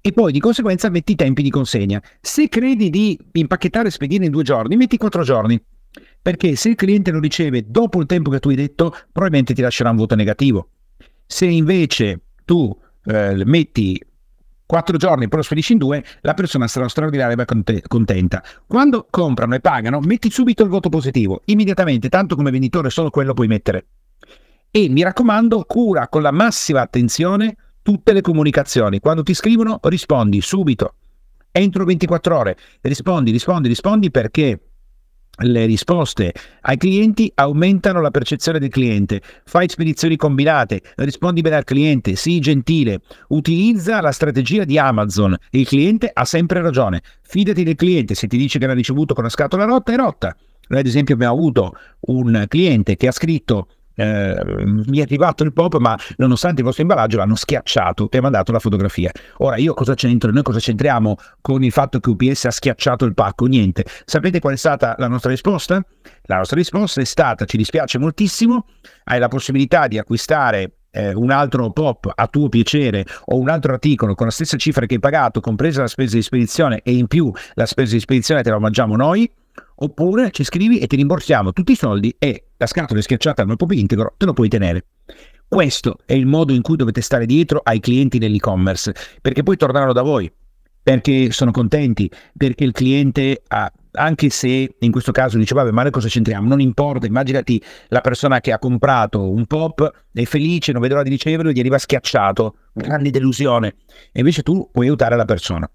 e poi di conseguenza metti i tempi di consegna. Se credi di impacchettare e spedire in due giorni, metti quattro giorni, perché se il cliente lo riceve dopo il tempo che tu hai detto, probabilmente ti lascerà un voto negativo. Se invece tu eh, metti quattro giorni poi lo spedisci in due, la persona sarà straordinariamente contenta. Quando comprano e pagano, metti subito il voto positivo, immediatamente, tanto come venditore solo quello puoi mettere. E mi raccomando, cura con la massima attenzione tutte le comunicazioni. Quando ti scrivono, rispondi subito, entro ventiquattro ore, rispondi, rispondi, rispondi, perché le risposte ai clienti aumentano la percezione del cliente. Fai spedizioni combinate, rispondi bene al cliente, sii gentile, utilizza la strategia di Amazon. Il cliente ha sempre ragione. Fidati del cliente, se ti dice che l'ha ricevuto con la scatola rotta, è rotta. Noi ad esempio abbiamo avuto un cliente che ha scritto Eh, mi è arrivato il pop, ma nonostante il vostro imballaggio l'hanno schiacciato e ha mandato la fotografia. Ora io cosa c'entro? Noi cosa c'entriamo con il fatto che U P S ha schiacciato il pacco? Niente. Sapete qual è stata la nostra risposta? La nostra risposta è stata: ci dispiace moltissimo, hai la possibilità di acquistare eh, un altro pop a tuo piacere o un altro articolo con la stessa cifra che hai pagato, compresa la spesa di spedizione, e in più la spesa di spedizione te la mangiamo noi. Oppure ci scrivi e ti rimborsiamo tutti i soldi e la scatola è schiacciata al pop integro, te lo puoi tenere. Questo è il modo in cui dovete stare dietro ai clienti nell'e-commerce, perché poi torneranno da voi, perché sono contenti, perché il cliente ha, anche se in questo caso dice vabbè, ma noi cosa c'entriamo? Non importa, immaginati la persona che ha comprato un pop, è felice, non vede l'ora di riceverlo, gli arriva schiacciato, grande delusione, e invece tu puoi aiutare la persona.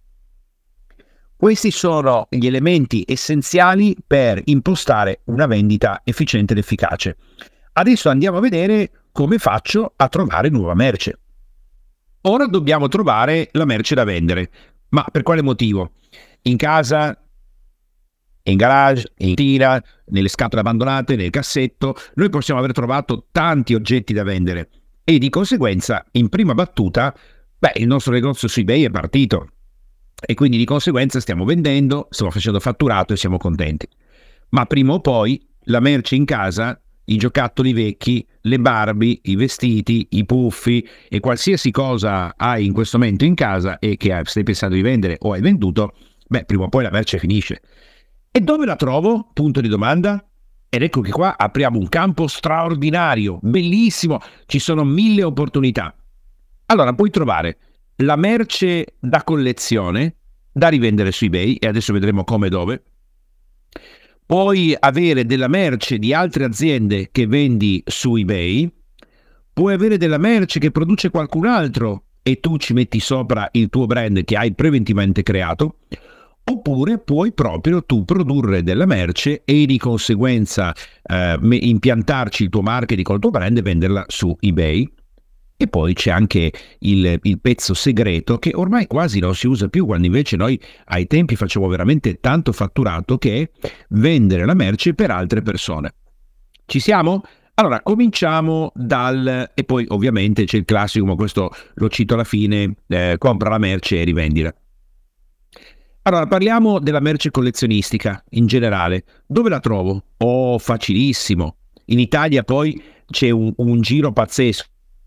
Questi sono gli elementi essenziali per impostare una vendita efficiente ed efficace. Adesso andiamo a vedere come faccio a trovare nuova merce. Ora dobbiamo trovare la merce da vendere. Ma per quale motivo? In casa, in garage, in tira, nelle scatole abbandonate, nel cassetto, noi possiamo aver trovato tanti oggetti da vendere e di conseguenza, in prima battuta, beh, il nostro negozio su eBay è partito. E quindi di conseguenza stiamo vendendo, stiamo facendo fatturato e siamo contenti. Ma prima o poi la merce in casa, i giocattoli vecchi, le Barbie, i vestiti, i puffi e qualsiasi cosa hai in questo momento in casa e che stai pensando di vendere o hai venduto, beh, prima o poi la merce finisce. E dove la trovo? Punto di domanda. Ed ecco che qua apriamo un campo straordinario, bellissimo, ci sono mille opportunità. Allora, puoi trovare la merce da collezione da rivendere su eBay, e adesso vedremo come e dove. Puoi avere della merce di altre aziende che vendi su eBay, puoi avere della merce che produce qualcun altro e tu ci metti sopra il tuo brand che hai preventivamente creato, oppure puoi proprio tu produrre della merce e di conseguenza eh, impiantarci il tuo marketing col tuo brand e venderla su eBay. E poi c'è anche il, il pezzo segreto che ormai quasi non si usa più, quando invece noi ai tempi facevamo veramente tanto fatturato, che è vendere la merce per altre persone. Ci siamo? Allora cominciamo dal... e poi ovviamente c'è il classico, ma questo lo cito alla fine, eh, compra la merce e rivendila. Allora parliamo della merce collezionistica in generale. Dove la trovo? Oh, facilissimo. In Italia poi c'è un, un giro pazzesco.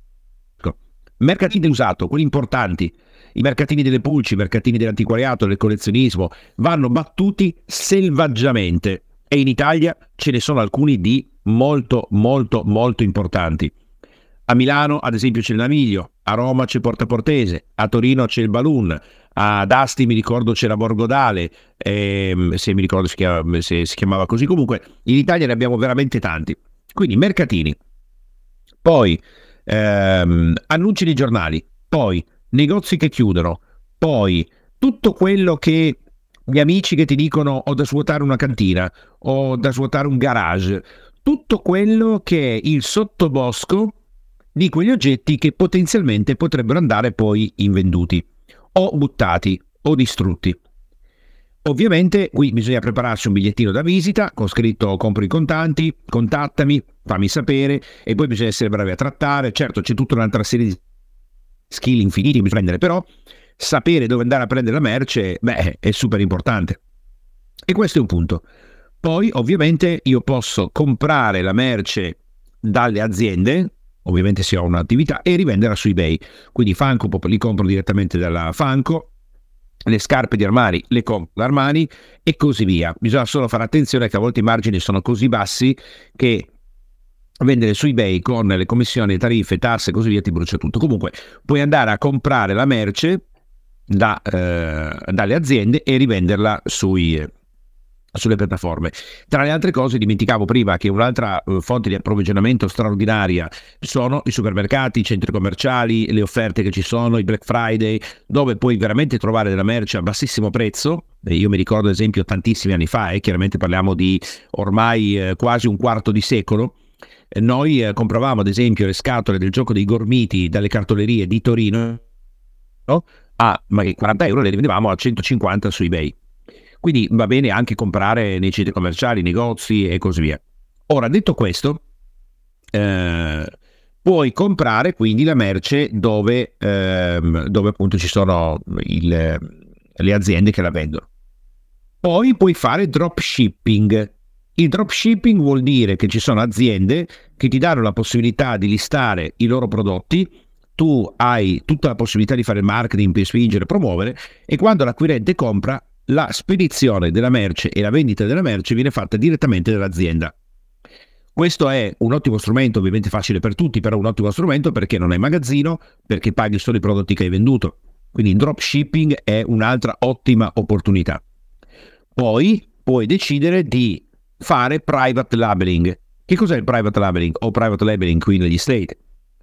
Mercatini dell'usato, quelli importanti, i mercatini delle pulci, i mercatini dell'antiquariato, del collezionismo, vanno battuti selvaggiamente e in Italia ce ne sono alcuni di molto molto molto importanti. A Milano ad esempio c'è il Namiglio, a Roma c'è Porta Portese, a Torino c'è il Balloon, ad Asti mi ricordo c'è la Borgodale, ehm, se mi ricordo si chiama, se si chiamava così. Comunque in Italia ne abbiamo veramente tanti, quindi mercatini. Poi ehm, annunci nei giornali, poi negozi che chiudono, poi tutto quello che gli amici che ti dicono ho da svuotare una cantina, ho da svuotare un garage, tutto quello che è il sottobosco di quegli oggetti che potenzialmente potrebbero andare poi invenduti o buttati o distrutti. Ovviamente qui bisogna prepararsi un bigliettino da visita con scritto compro i contanti, contattami, fammi sapere, e poi bisogna essere bravi a trattare. Certo c'è tutta un'altra serie di skill infiniti che bisogna prendere, però sapere dove andare a prendere la merce, beh, è super importante. E questo è un punto. Poi ovviamente io posso comprare la merce dalle aziende, ovviamente se ho un'attività, e rivenderla su eBay. Quindi Funko li compro direttamente dalla Funko, le scarpe di Armani le compra Armani e così via. Bisogna solo fare attenzione che a volte i margini sono così bassi che vendere su eBay con le commissioni, tariffe, tasse e così via ti brucia tutto. Comunque puoi andare a comprare la merce da, eh, dalle aziende e rivenderla sui, eh, sulle piattaforme. Tra le altre cose dimenticavo prima che un'altra eh, fonte di approvvigionamento straordinaria sono i supermercati, i centri commerciali, le offerte che ci sono, i Black Friday, dove puoi veramente trovare della merce a bassissimo prezzo. Eh, io mi ricordo ad esempio tantissimi anni fa, eh, chiaramente parliamo di ormai eh, quasi un quarto di secolo. Noi eh, compravamo ad esempio le scatole del gioco dei Gormiti dalle cartolerie di Torino, no? A magari quaranta euro, le rivendevamo a centocinquanta su eBay. Quindi va bene anche comprare nei centri commerciali, negozi e così via. Ora, detto questo, eh, puoi comprare quindi la merce dove, ehm, dove appunto ci sono il, le aziende che la vendono. Poi puoi fare dropshipping. Il dropshipping vuol dire che ci sono aziende che ti danno la possibilità di listare i loro prodotti, tu hai tutta la possibilità di fare il marketing per spingere e promuovere, e quando l'acquirente compra, la spedizione della merce e la vendita della merce viene fatta direttamente dall'azienda. Questo è un ottimo strumento, ovviamente facile per tutti, però un ottimo strumento perché non hai magazzino, perché paghi solo i prodotti che hai venduto. Quindi il dropshipping è un'altra ottima opportunità. Poi puoi decidere di fare private labeling. Che cos'è il private labeling o private labeling qui negli States?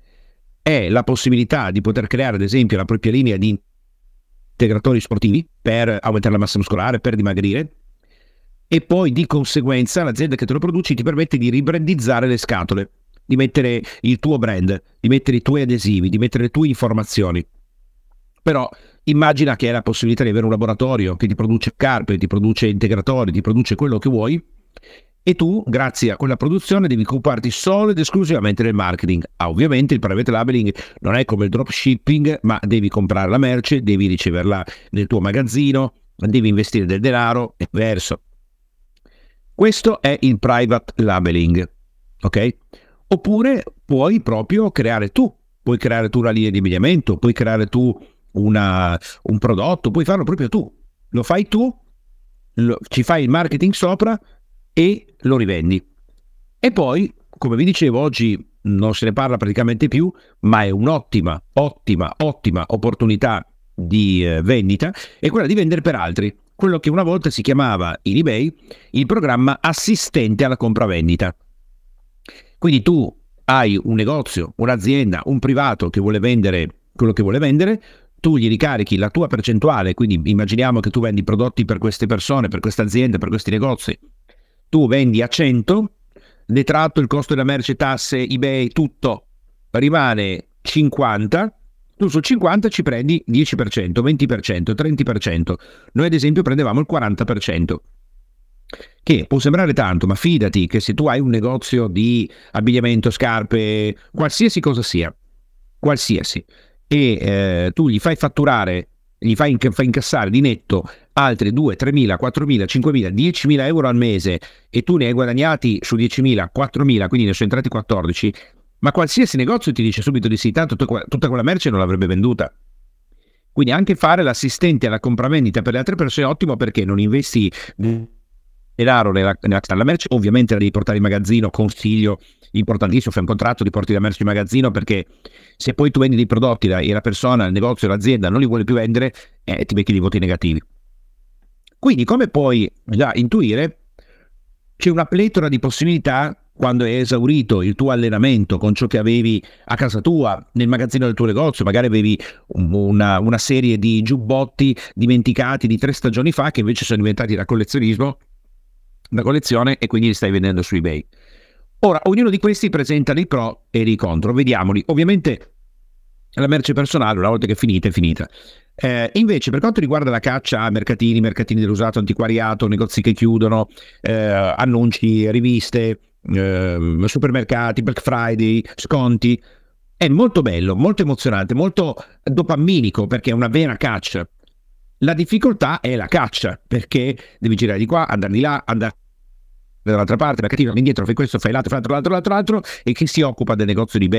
È la possibilità di poter creare ad esempio la propria linea di integratori sportivi per aumentare la massa muscolare, per dimagrire, e poi di conseguenza l'azienda che te lo produce ti permette di ribrandizzare le scatole, di mettere il tuo brand, di mettere i tuoi adesivi, di mettere le tue informazioni. Però immagina che hai la possibilità di avere un laboratorio che ti produce scarpe, ti produce integratori, ti produce quello che vuoi, e tu, grazie a quella produzione, devi occuparti solo ed esclusivamente del marketing. Ah, ovviamente il private labeling non è come il dropshipping, ma devi comprare la merce, devi riceverla nel tuo magazzino, devi investire del denaro e verso. Questo è il private labeling, ok? Oppure puoi proprio creare tu, puoi creare tu una linea di abbigliamento, puoi creare tu una, un prodotto, puoi farlo proprio tu. Lo fai tu, lo, ci fai il marketing sopra e lo rivendi. E poi, come vi dicevo, oggi non se ne parla praticamente più, ma è un'ottima, ottima, ottima opportunità di eh, vendita, è quella di vendere per altri, quello che una volta si chiamava in eBay il programma assistente alla compravendita. Quindi tu hai un negozio, un'azienda, un privato che vuole vendere quello che vuole vendere, tu gli ricarichi la tua percentuale, quindi immaginiamo che tu vendi prodotti per queste persone, per queste aziende, per questi negozi, tu vendi a cento, detratto il costo della merce, tasse, eBay, tutto, rimane cinquanta, tu sul cinquanta ci prendi dieci per cento, venti per cento, trenta per cento. Noi ad esempio prendevamo il quaranta per cento, che può sembrare tanto, ma fidati che se tu hai un negozio di abbigliamento, scarpe, qualsiasi cosa sia, qualsiasi, e eh, tu gli fai fatturare, gli fai, inc- fai incassare di netto altri due, tremila, quattromila, cinquemila, diecimila euro al mese, e tu ne hai guadagnati su diecimila, quattromila, quindi ne sono entrati quattordici, ma qualsiasi negozio ti dice subito di sì, tanto tutta, tutta quella merce non l'avrebbe venduta. Quindi anche fare l'assistente alla compravendita per le altre persone è ottimo, perché non investi denaro nella, nella, nella merce, ovviamente la devi portare in magazzino, consiglio importantissimo, fai un contratto, ti porti la merce in magazzino, perché se poi tu vendi dei prodotti e la persona, il negozio, l'azienda non li vuole più vendere, eh, ti becchi dei voti negativi. Quindi, come puoi già intuire, c'è una pletora di possibilità quando è esaurito il tuo allenamento con ciò che avevi a casa tua, nel magazzino del tuo negozio. Magari avevi una, una serie di giubbotti dimenticati di tre stagioni fa che invece sono diventati da collezionismo, da collezione, e quindi li stai vendendo su eBay. Ora, ognuno di questi presenta dei pro e dei contro, vediamoli. Ovviamente la merce personale, una volta che è finita, è finita. Eh, invece, per quanto riguarda la caccia a mercatini, mercatini dell'usato, antiquariato, negozi che chiudono, eh, annunci, riviste, eh, supermercati, Black Friday, sconti, è molto bello, molto emozionante, molto dopaminico, perché è una vera caccia. La difficoltà è la caccia, perché devi girare di qua, andare di là, andare dall'altra parte, mercatino, indietro, fai questo, fai l'altro, fai l'altro, l'altro, l'altro, l'altro, e chi si occupa del negozio di eBay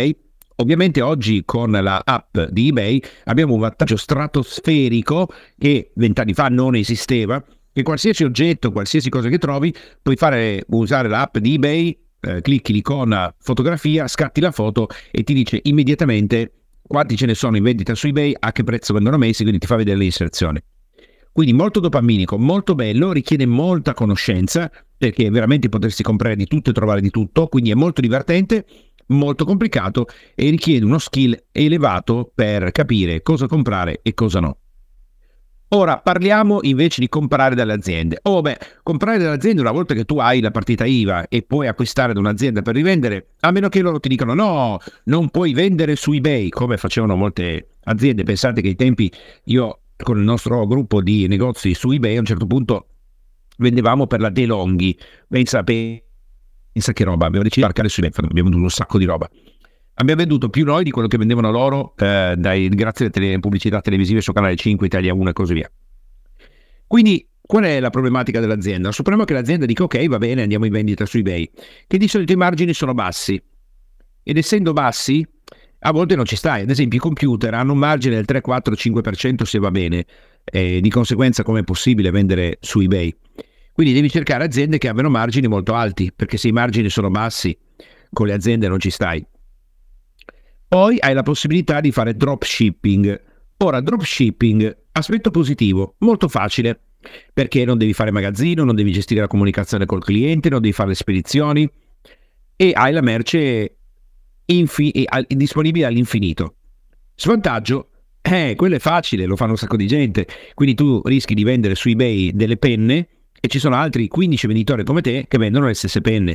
Ovviamente oggi con la app di eBay abbiamo un vantaggio stratosferico che vent'anni fa non esisteva, che qualsiasi oggetto, qualsiasi cosa che trovi, puoi fare usare l'app di eBay, eh, clicchi l'icona fotografia, scatti la foto e ti dice immediatamente quanti ce ne sono in vendita su eBay, a che prezzo vengono messi, quindi ti fa vedere le inserzioni. Quindi molto dopaminico, molto bello, richiede molta conoscenza, perché veramente potresti comprare di tutto e trovare di tutto, quindi è molto divertente, molto complicato e richiede uno skill elevato per capire cosa comprare e cosa no. Ora parliamo invece di comprare dalle aziende. Oh beh, comprare dalle aziende una volta che tu hai la partita I V A e puoi acquistare da un'azienda per rivendere, a meno che loro ti dicano no, non puoi vendere su eBay, come facevano molte aziende. Pensate che ai tempi io con il nostro gruppo di negozi su eBay a un certo punto vendevamo per la DeLonghi. Pensa, pensa che roba, abbiamo deciso di marcare su eBay, abbiamo venduto un sacco di roba. Abbiamo venduto più noi di quello che vendevano loro eh, dai, grazie alle tele, pubblicità televisive su Canale cinque, Italia uno e così via. Quindi qual è la problematica dell'azienda? Supponiamo che l'azienda dica ok, va bene, andiamo in vendita su eBay, che di solito i margini sono bassi ed essendo bassi a volte non ci stai. Ad esempio i computer hanno un margine del tre, quattro, cinque per cento se va bene, e di conseguenza come è possibile vendere su eBay? Quindi devi cercare aziende che abbiano margini molto alti, perché se i margini sono bassi con le aziende non ci stai. Poi hai la possibilità di fare dropshipping. Ora, dropshipping, aspetto positivo, molto facile, perché non devi fare magazzino, non devi gestire la comunicazione col cliente, non devi fare le spedizioni e hai la merce infi- disponibile all'infinito. Svantaggio? Eh, quello è facile, lo fanno un sacco di gente, quindi tu rischi di vendere su eBay delle penne e ci sono altri quindici venditori come te che vendono le stesse penne.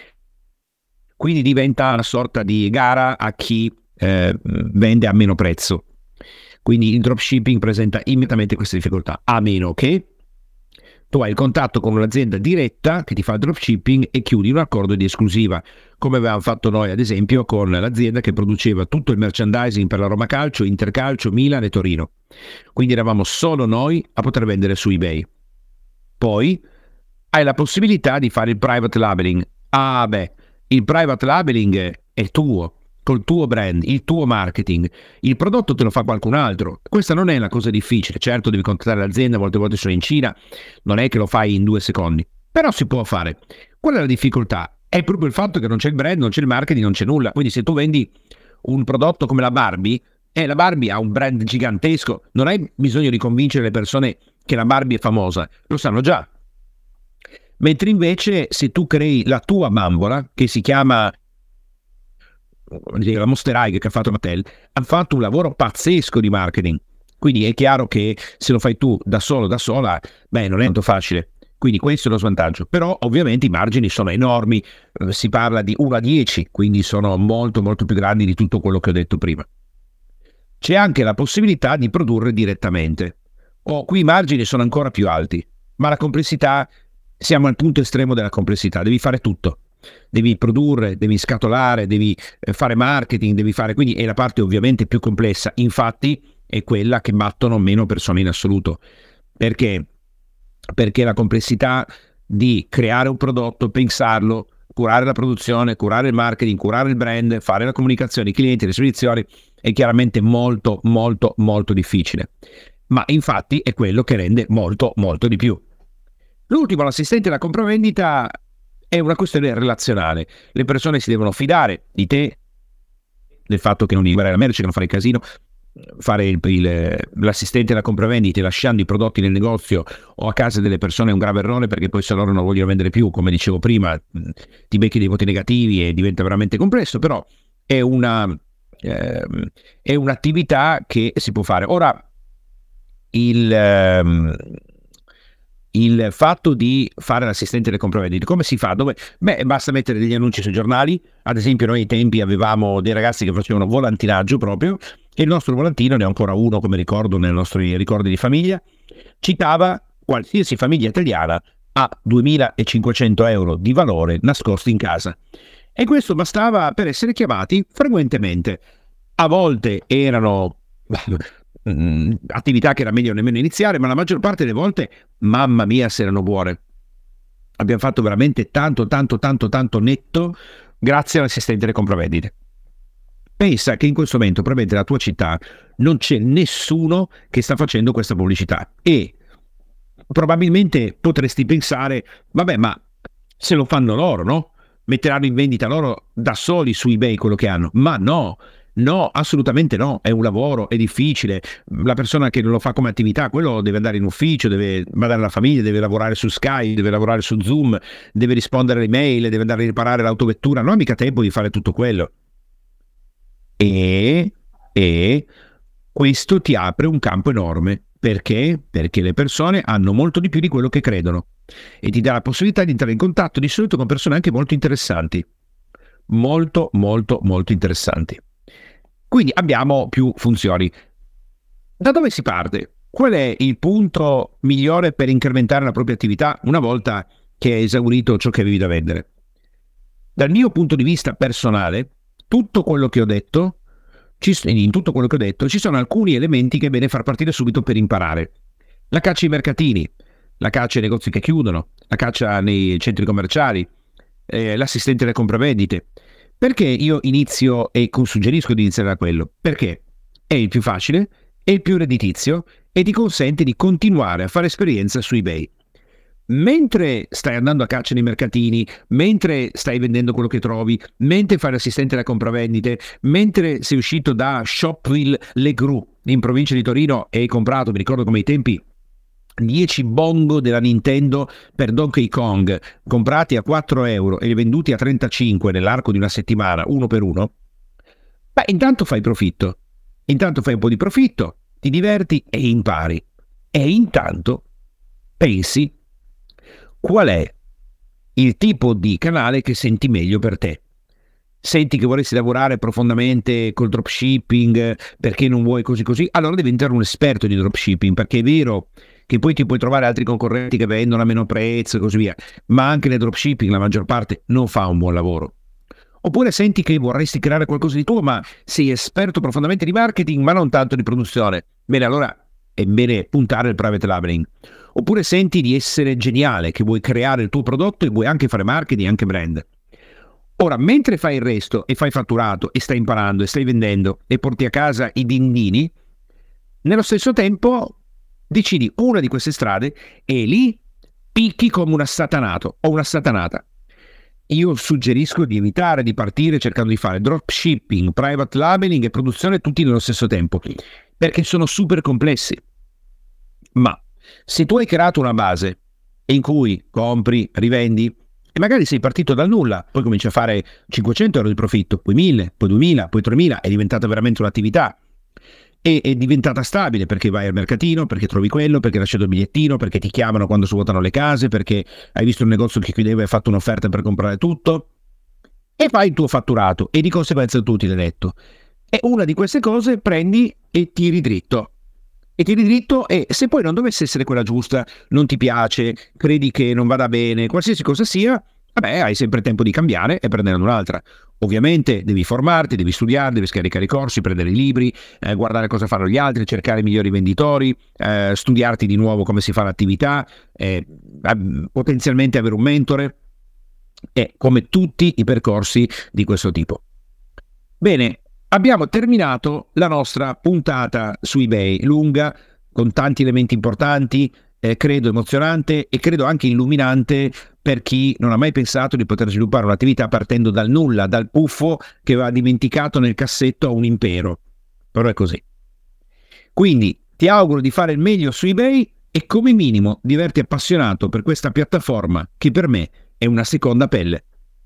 Quindi diventa una sorta di gara a chi eh, vende a meno prezzo. Quindi il dropshipping presenta immediatamente queste difficoltà, a meno che tu hai il contatto con un'azienda diretta che ti fa il dropshipping e chiudi un accordo di esclusiva, come avevamo fatto noi ad esempio con l'azienda che produceva tutto il merchandising per la Roma Calcio, Intercalcio, Milan e Torino. Quindi eravamo solo noi a poter vendere su eBay. Poi hai la possibilità di fare il private labeling. Ah beh, il private labeling è tuo, col tuo brand, il tuo marketing. Il prodotto te lo fa qualcun altro. Questa non è una cosa difficile. Certo, devi contattare l'azienda, molte volte sono in Cina, non è che lo fai in due secondi. Però si può fare. Qual è la difficoltà? È proprio il fatto che non c'è il brand, non c'è il marketing, non c'è nulla. Quindi se tu vendi un prodotto come la Barbie, eh, la Barbie ha un brand gigantesco, non hai bisogno di convincere le persone che la Barbie è famosa, lo sanno già. Mentre invece se tu crei la tua bambola, che si chiama la Monster High che ha fatto Mattel, ha fatto un lavoro pazzesco di marketing. Quindi è chiaro che se lo fai tu da solo, da sola, beh, non è tanto facile. Quindi questo è lo svantaggio. Però ovviamente i margini sono enormi, si parla di uno a dieci, quindi sono molto molto più grandi di tutto quello che ho detto prima. C'è anche la possibilità di produrre direttamente. Oh, qui i margini sono ancora più alti, ma la complessità, siamo al punto estremo della complessità, devi fare tutto. Devi produrre, devi scatolare, devi fare marketing, devi fare, quindi è la parte ovviamente più complessa, infatti è quella che battono meno persone in assoluto. Perché? Perché la complessità di creare un prodotto, pensarlo, curare la produzione, curare il marketing, curare il brand, fare la comunicazione, i clienti, le spedizioni, è chiaramente molto molto molto difficile. Ma infatti è quello che rende molto molto di più. L'ultimo, l'assistente alla compravendita, è una questione relazionale. Le persone si devono fidare di te, del fatto che non gli guardare la merce, che non fare il casino. Fare il, il, l'assistente alla compravendita lasciando i prodotti nel negozio o a casa delle persone è un grave errore, perché poi se loro non vogliono vendere più, come dicevo prima, ti becchi dei voti negativi e diventa veramente complesso. Però è una eh, è un'attività che si può fare. Ora il ehm, il fatto di fare l'assistente alle compravendite, come si fa? Dove? Beh, basta mettere degli annunci sui giornali. Ad esempio noi ai tempi avevamo dei ragazzi che facevano volantinaggio proprio, e il nostro volantino, ne ho ancora uno come ricordo nei nostri ricordi di famiglia, citava qualsiasi famiglia italiana a duemilacinquecento euro di valore nascosti in casa, e questo bastava per essere chiamati frequentemente. A volte erano attività che era meglio nemmeno iniziare, ma la maggior parte delle volte, mamma mia, se erano buone. Abbiamo fatto veramente tanto tanto tanto tanto netto grazie all'assistente alle compravendite. pensa che in questo momento probabilmente nella tua città non c'è nessuno che sta facendo questa pubblicità e probabilmente potresti pensare, vabbè, ma se lo fanno loro, no? Metteranno in vendita loro da soli su eBay quello che hanno, ma no, no, assolutamente no, è un lavoro, è difficile, la persona che lo fa come attività, quello deve andare in ufficio, deve mandare alla famiglia, deve lavorare su Skype, deve lavorare su Zoom, deve rispondere alle mail, deve andare a riparare l'autovettura, non ha mica tempo di fare tutto quello. E, e questo ti apre un campo enorme. Perché? Perché le persone hanno molto di più di quello che credono e ti dà la possibilità di entrare in contatto di solito con persone anche molto interessanti, molto molto molto interessanti. Quindi abbiamo più funzioni. Da dove si parte? Qual è il punto migliore per incrementare la propria attività una volta che hai esaurito ciò che avevi da vendere? Dal mio punto di vista personale, tutto quello che ho detto in tutto quello che ho detto ci sono alcuni elementi che è bene far partire subito per imparare. La caccia ai mercatini, la caccia ai negozi che chiudono, la caccia nei centri commerciali, eh, l'assistente alle compravendite. Perché io inizio e suggerisco di iniziare da quello? Perché è il più facile, è il più redditizio e ti consente di continuare a fare esperienza su eBay. Mentre stai andando a caccia nei mercatini, mentre stai vendendo quello che trovi, mentre fai l'assistente alla compravendite, mentre sei uscito da Shopville Le Gru in provincia di Torino e hai comprato, mi ricordo come ai tempi, dieci bongo della Nintendo per Donkey Kong, comprati a quattro euro e venduti a trentacinque nell'arco di una settimana, uno per uno, beh, intanto fai profitto, intanto fai un po' di profitto, ti diverti e impari. E intanto pensi qual è il tipo di canale che senti meglio per te. Senti che vorresti lavorare profondamente col dropshipping perché non vuoi così così, allora devi diventare un esperto di dropshipping, perché è vero che poi ti puoi trovare altri concorrenti che vendono a meno prezzo e così via, ma anche nel dropshipping la maggior parte non fa un buon lavoro. Oppure senti che vorresti creare qualcosa di tuo, ma sei esperto profondamente di marketing, ma non tanto di produzione. Bene, allora è bene puntare al private labeling. Oppure senti di essere geniale, che vuoi creare il tuo prodotto e vuoi anche fare marketing e anche brand. Ora, mentre fai il resto e fai fatturato e stai imparando e stai vendendo e porti a casa i dindini, nello stesso tempo decidi una di queste strade e lì picchi come un assatanato o una satanata. Io suggerisco di evitare di partire cercando di fare dropshipping, private labeling e produzione tutti nello stesso tempo, perché sono super complessi. Ma se tu hai creato una base in cui compri, rivendi e magari sei partito dal nulla, poi cominci a fare cinquecento euro di profitto, poi mille, poi duemila, poi tremila, è diventata veramente un'attività e è diventata stabile perché vai al mercatino, perché trovi quello, perché hai lasciato il bigliettino, perché ti chiamano quando svuotano le case, perché hai visto un negozio che chiudeva e hai fatto un'offerta per comprare tutto e fai il tuo fatturato e di conseguenza il tuo utile netto. E una di queste cose prendi e tiri dritto. E tiri dritto e se poi non dovesse essere quella giusta, non ti piace, credi che non vada bene, qualsiasi cosa sia, vabbè, hai sempre tempo di cambiare e prenderne un'altra. Ovviamente devi formarti, devi studiare, devi scaricare i corsi, prendere i libri, eh, guardare cosa fanno gli altri, cercare i migliori venditori, eh, studiarti di nuovo come si fa l'attività, eh, potenzialmente avere un mentore, e come tutti i percorsi di questo tipo. Bene, abbiamo terminato la nostra puntata su eBay, lunga, con tanti elementi importanti, eh, credo emozionante e credo anche illuminante per chi non ha mai pensato di poter sviluppare un'attività partendo dal nulla, dal puffo che aveva dimenticato nel cassetto a un impero. Però è così. Quindi ti auguro di fare il meglio su eBay e come minimo di averti appassionato per questa piattaforma che per me è una seconda pelle.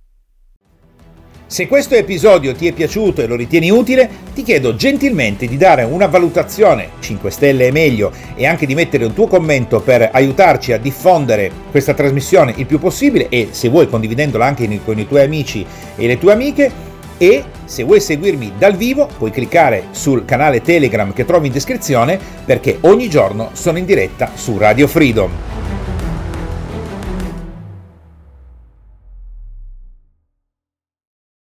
Se questo episodio ti è piaciuto e lo ritieni utile, ti chiedo gentilmente di dare una valutazione, cinque stelle e meglio, e anche di mettere un tuo commento per aiutarci a diffondere questa trasmissione il più possibile e, se vuoi, condividendola anche con i tuoi amici e le tue amiche. E se vuoi seguirmi dal vivo puoi cliccare sul canale Telegram che trovi in descrizione, perché ogni giorno sono in diretta su Radio Freedom.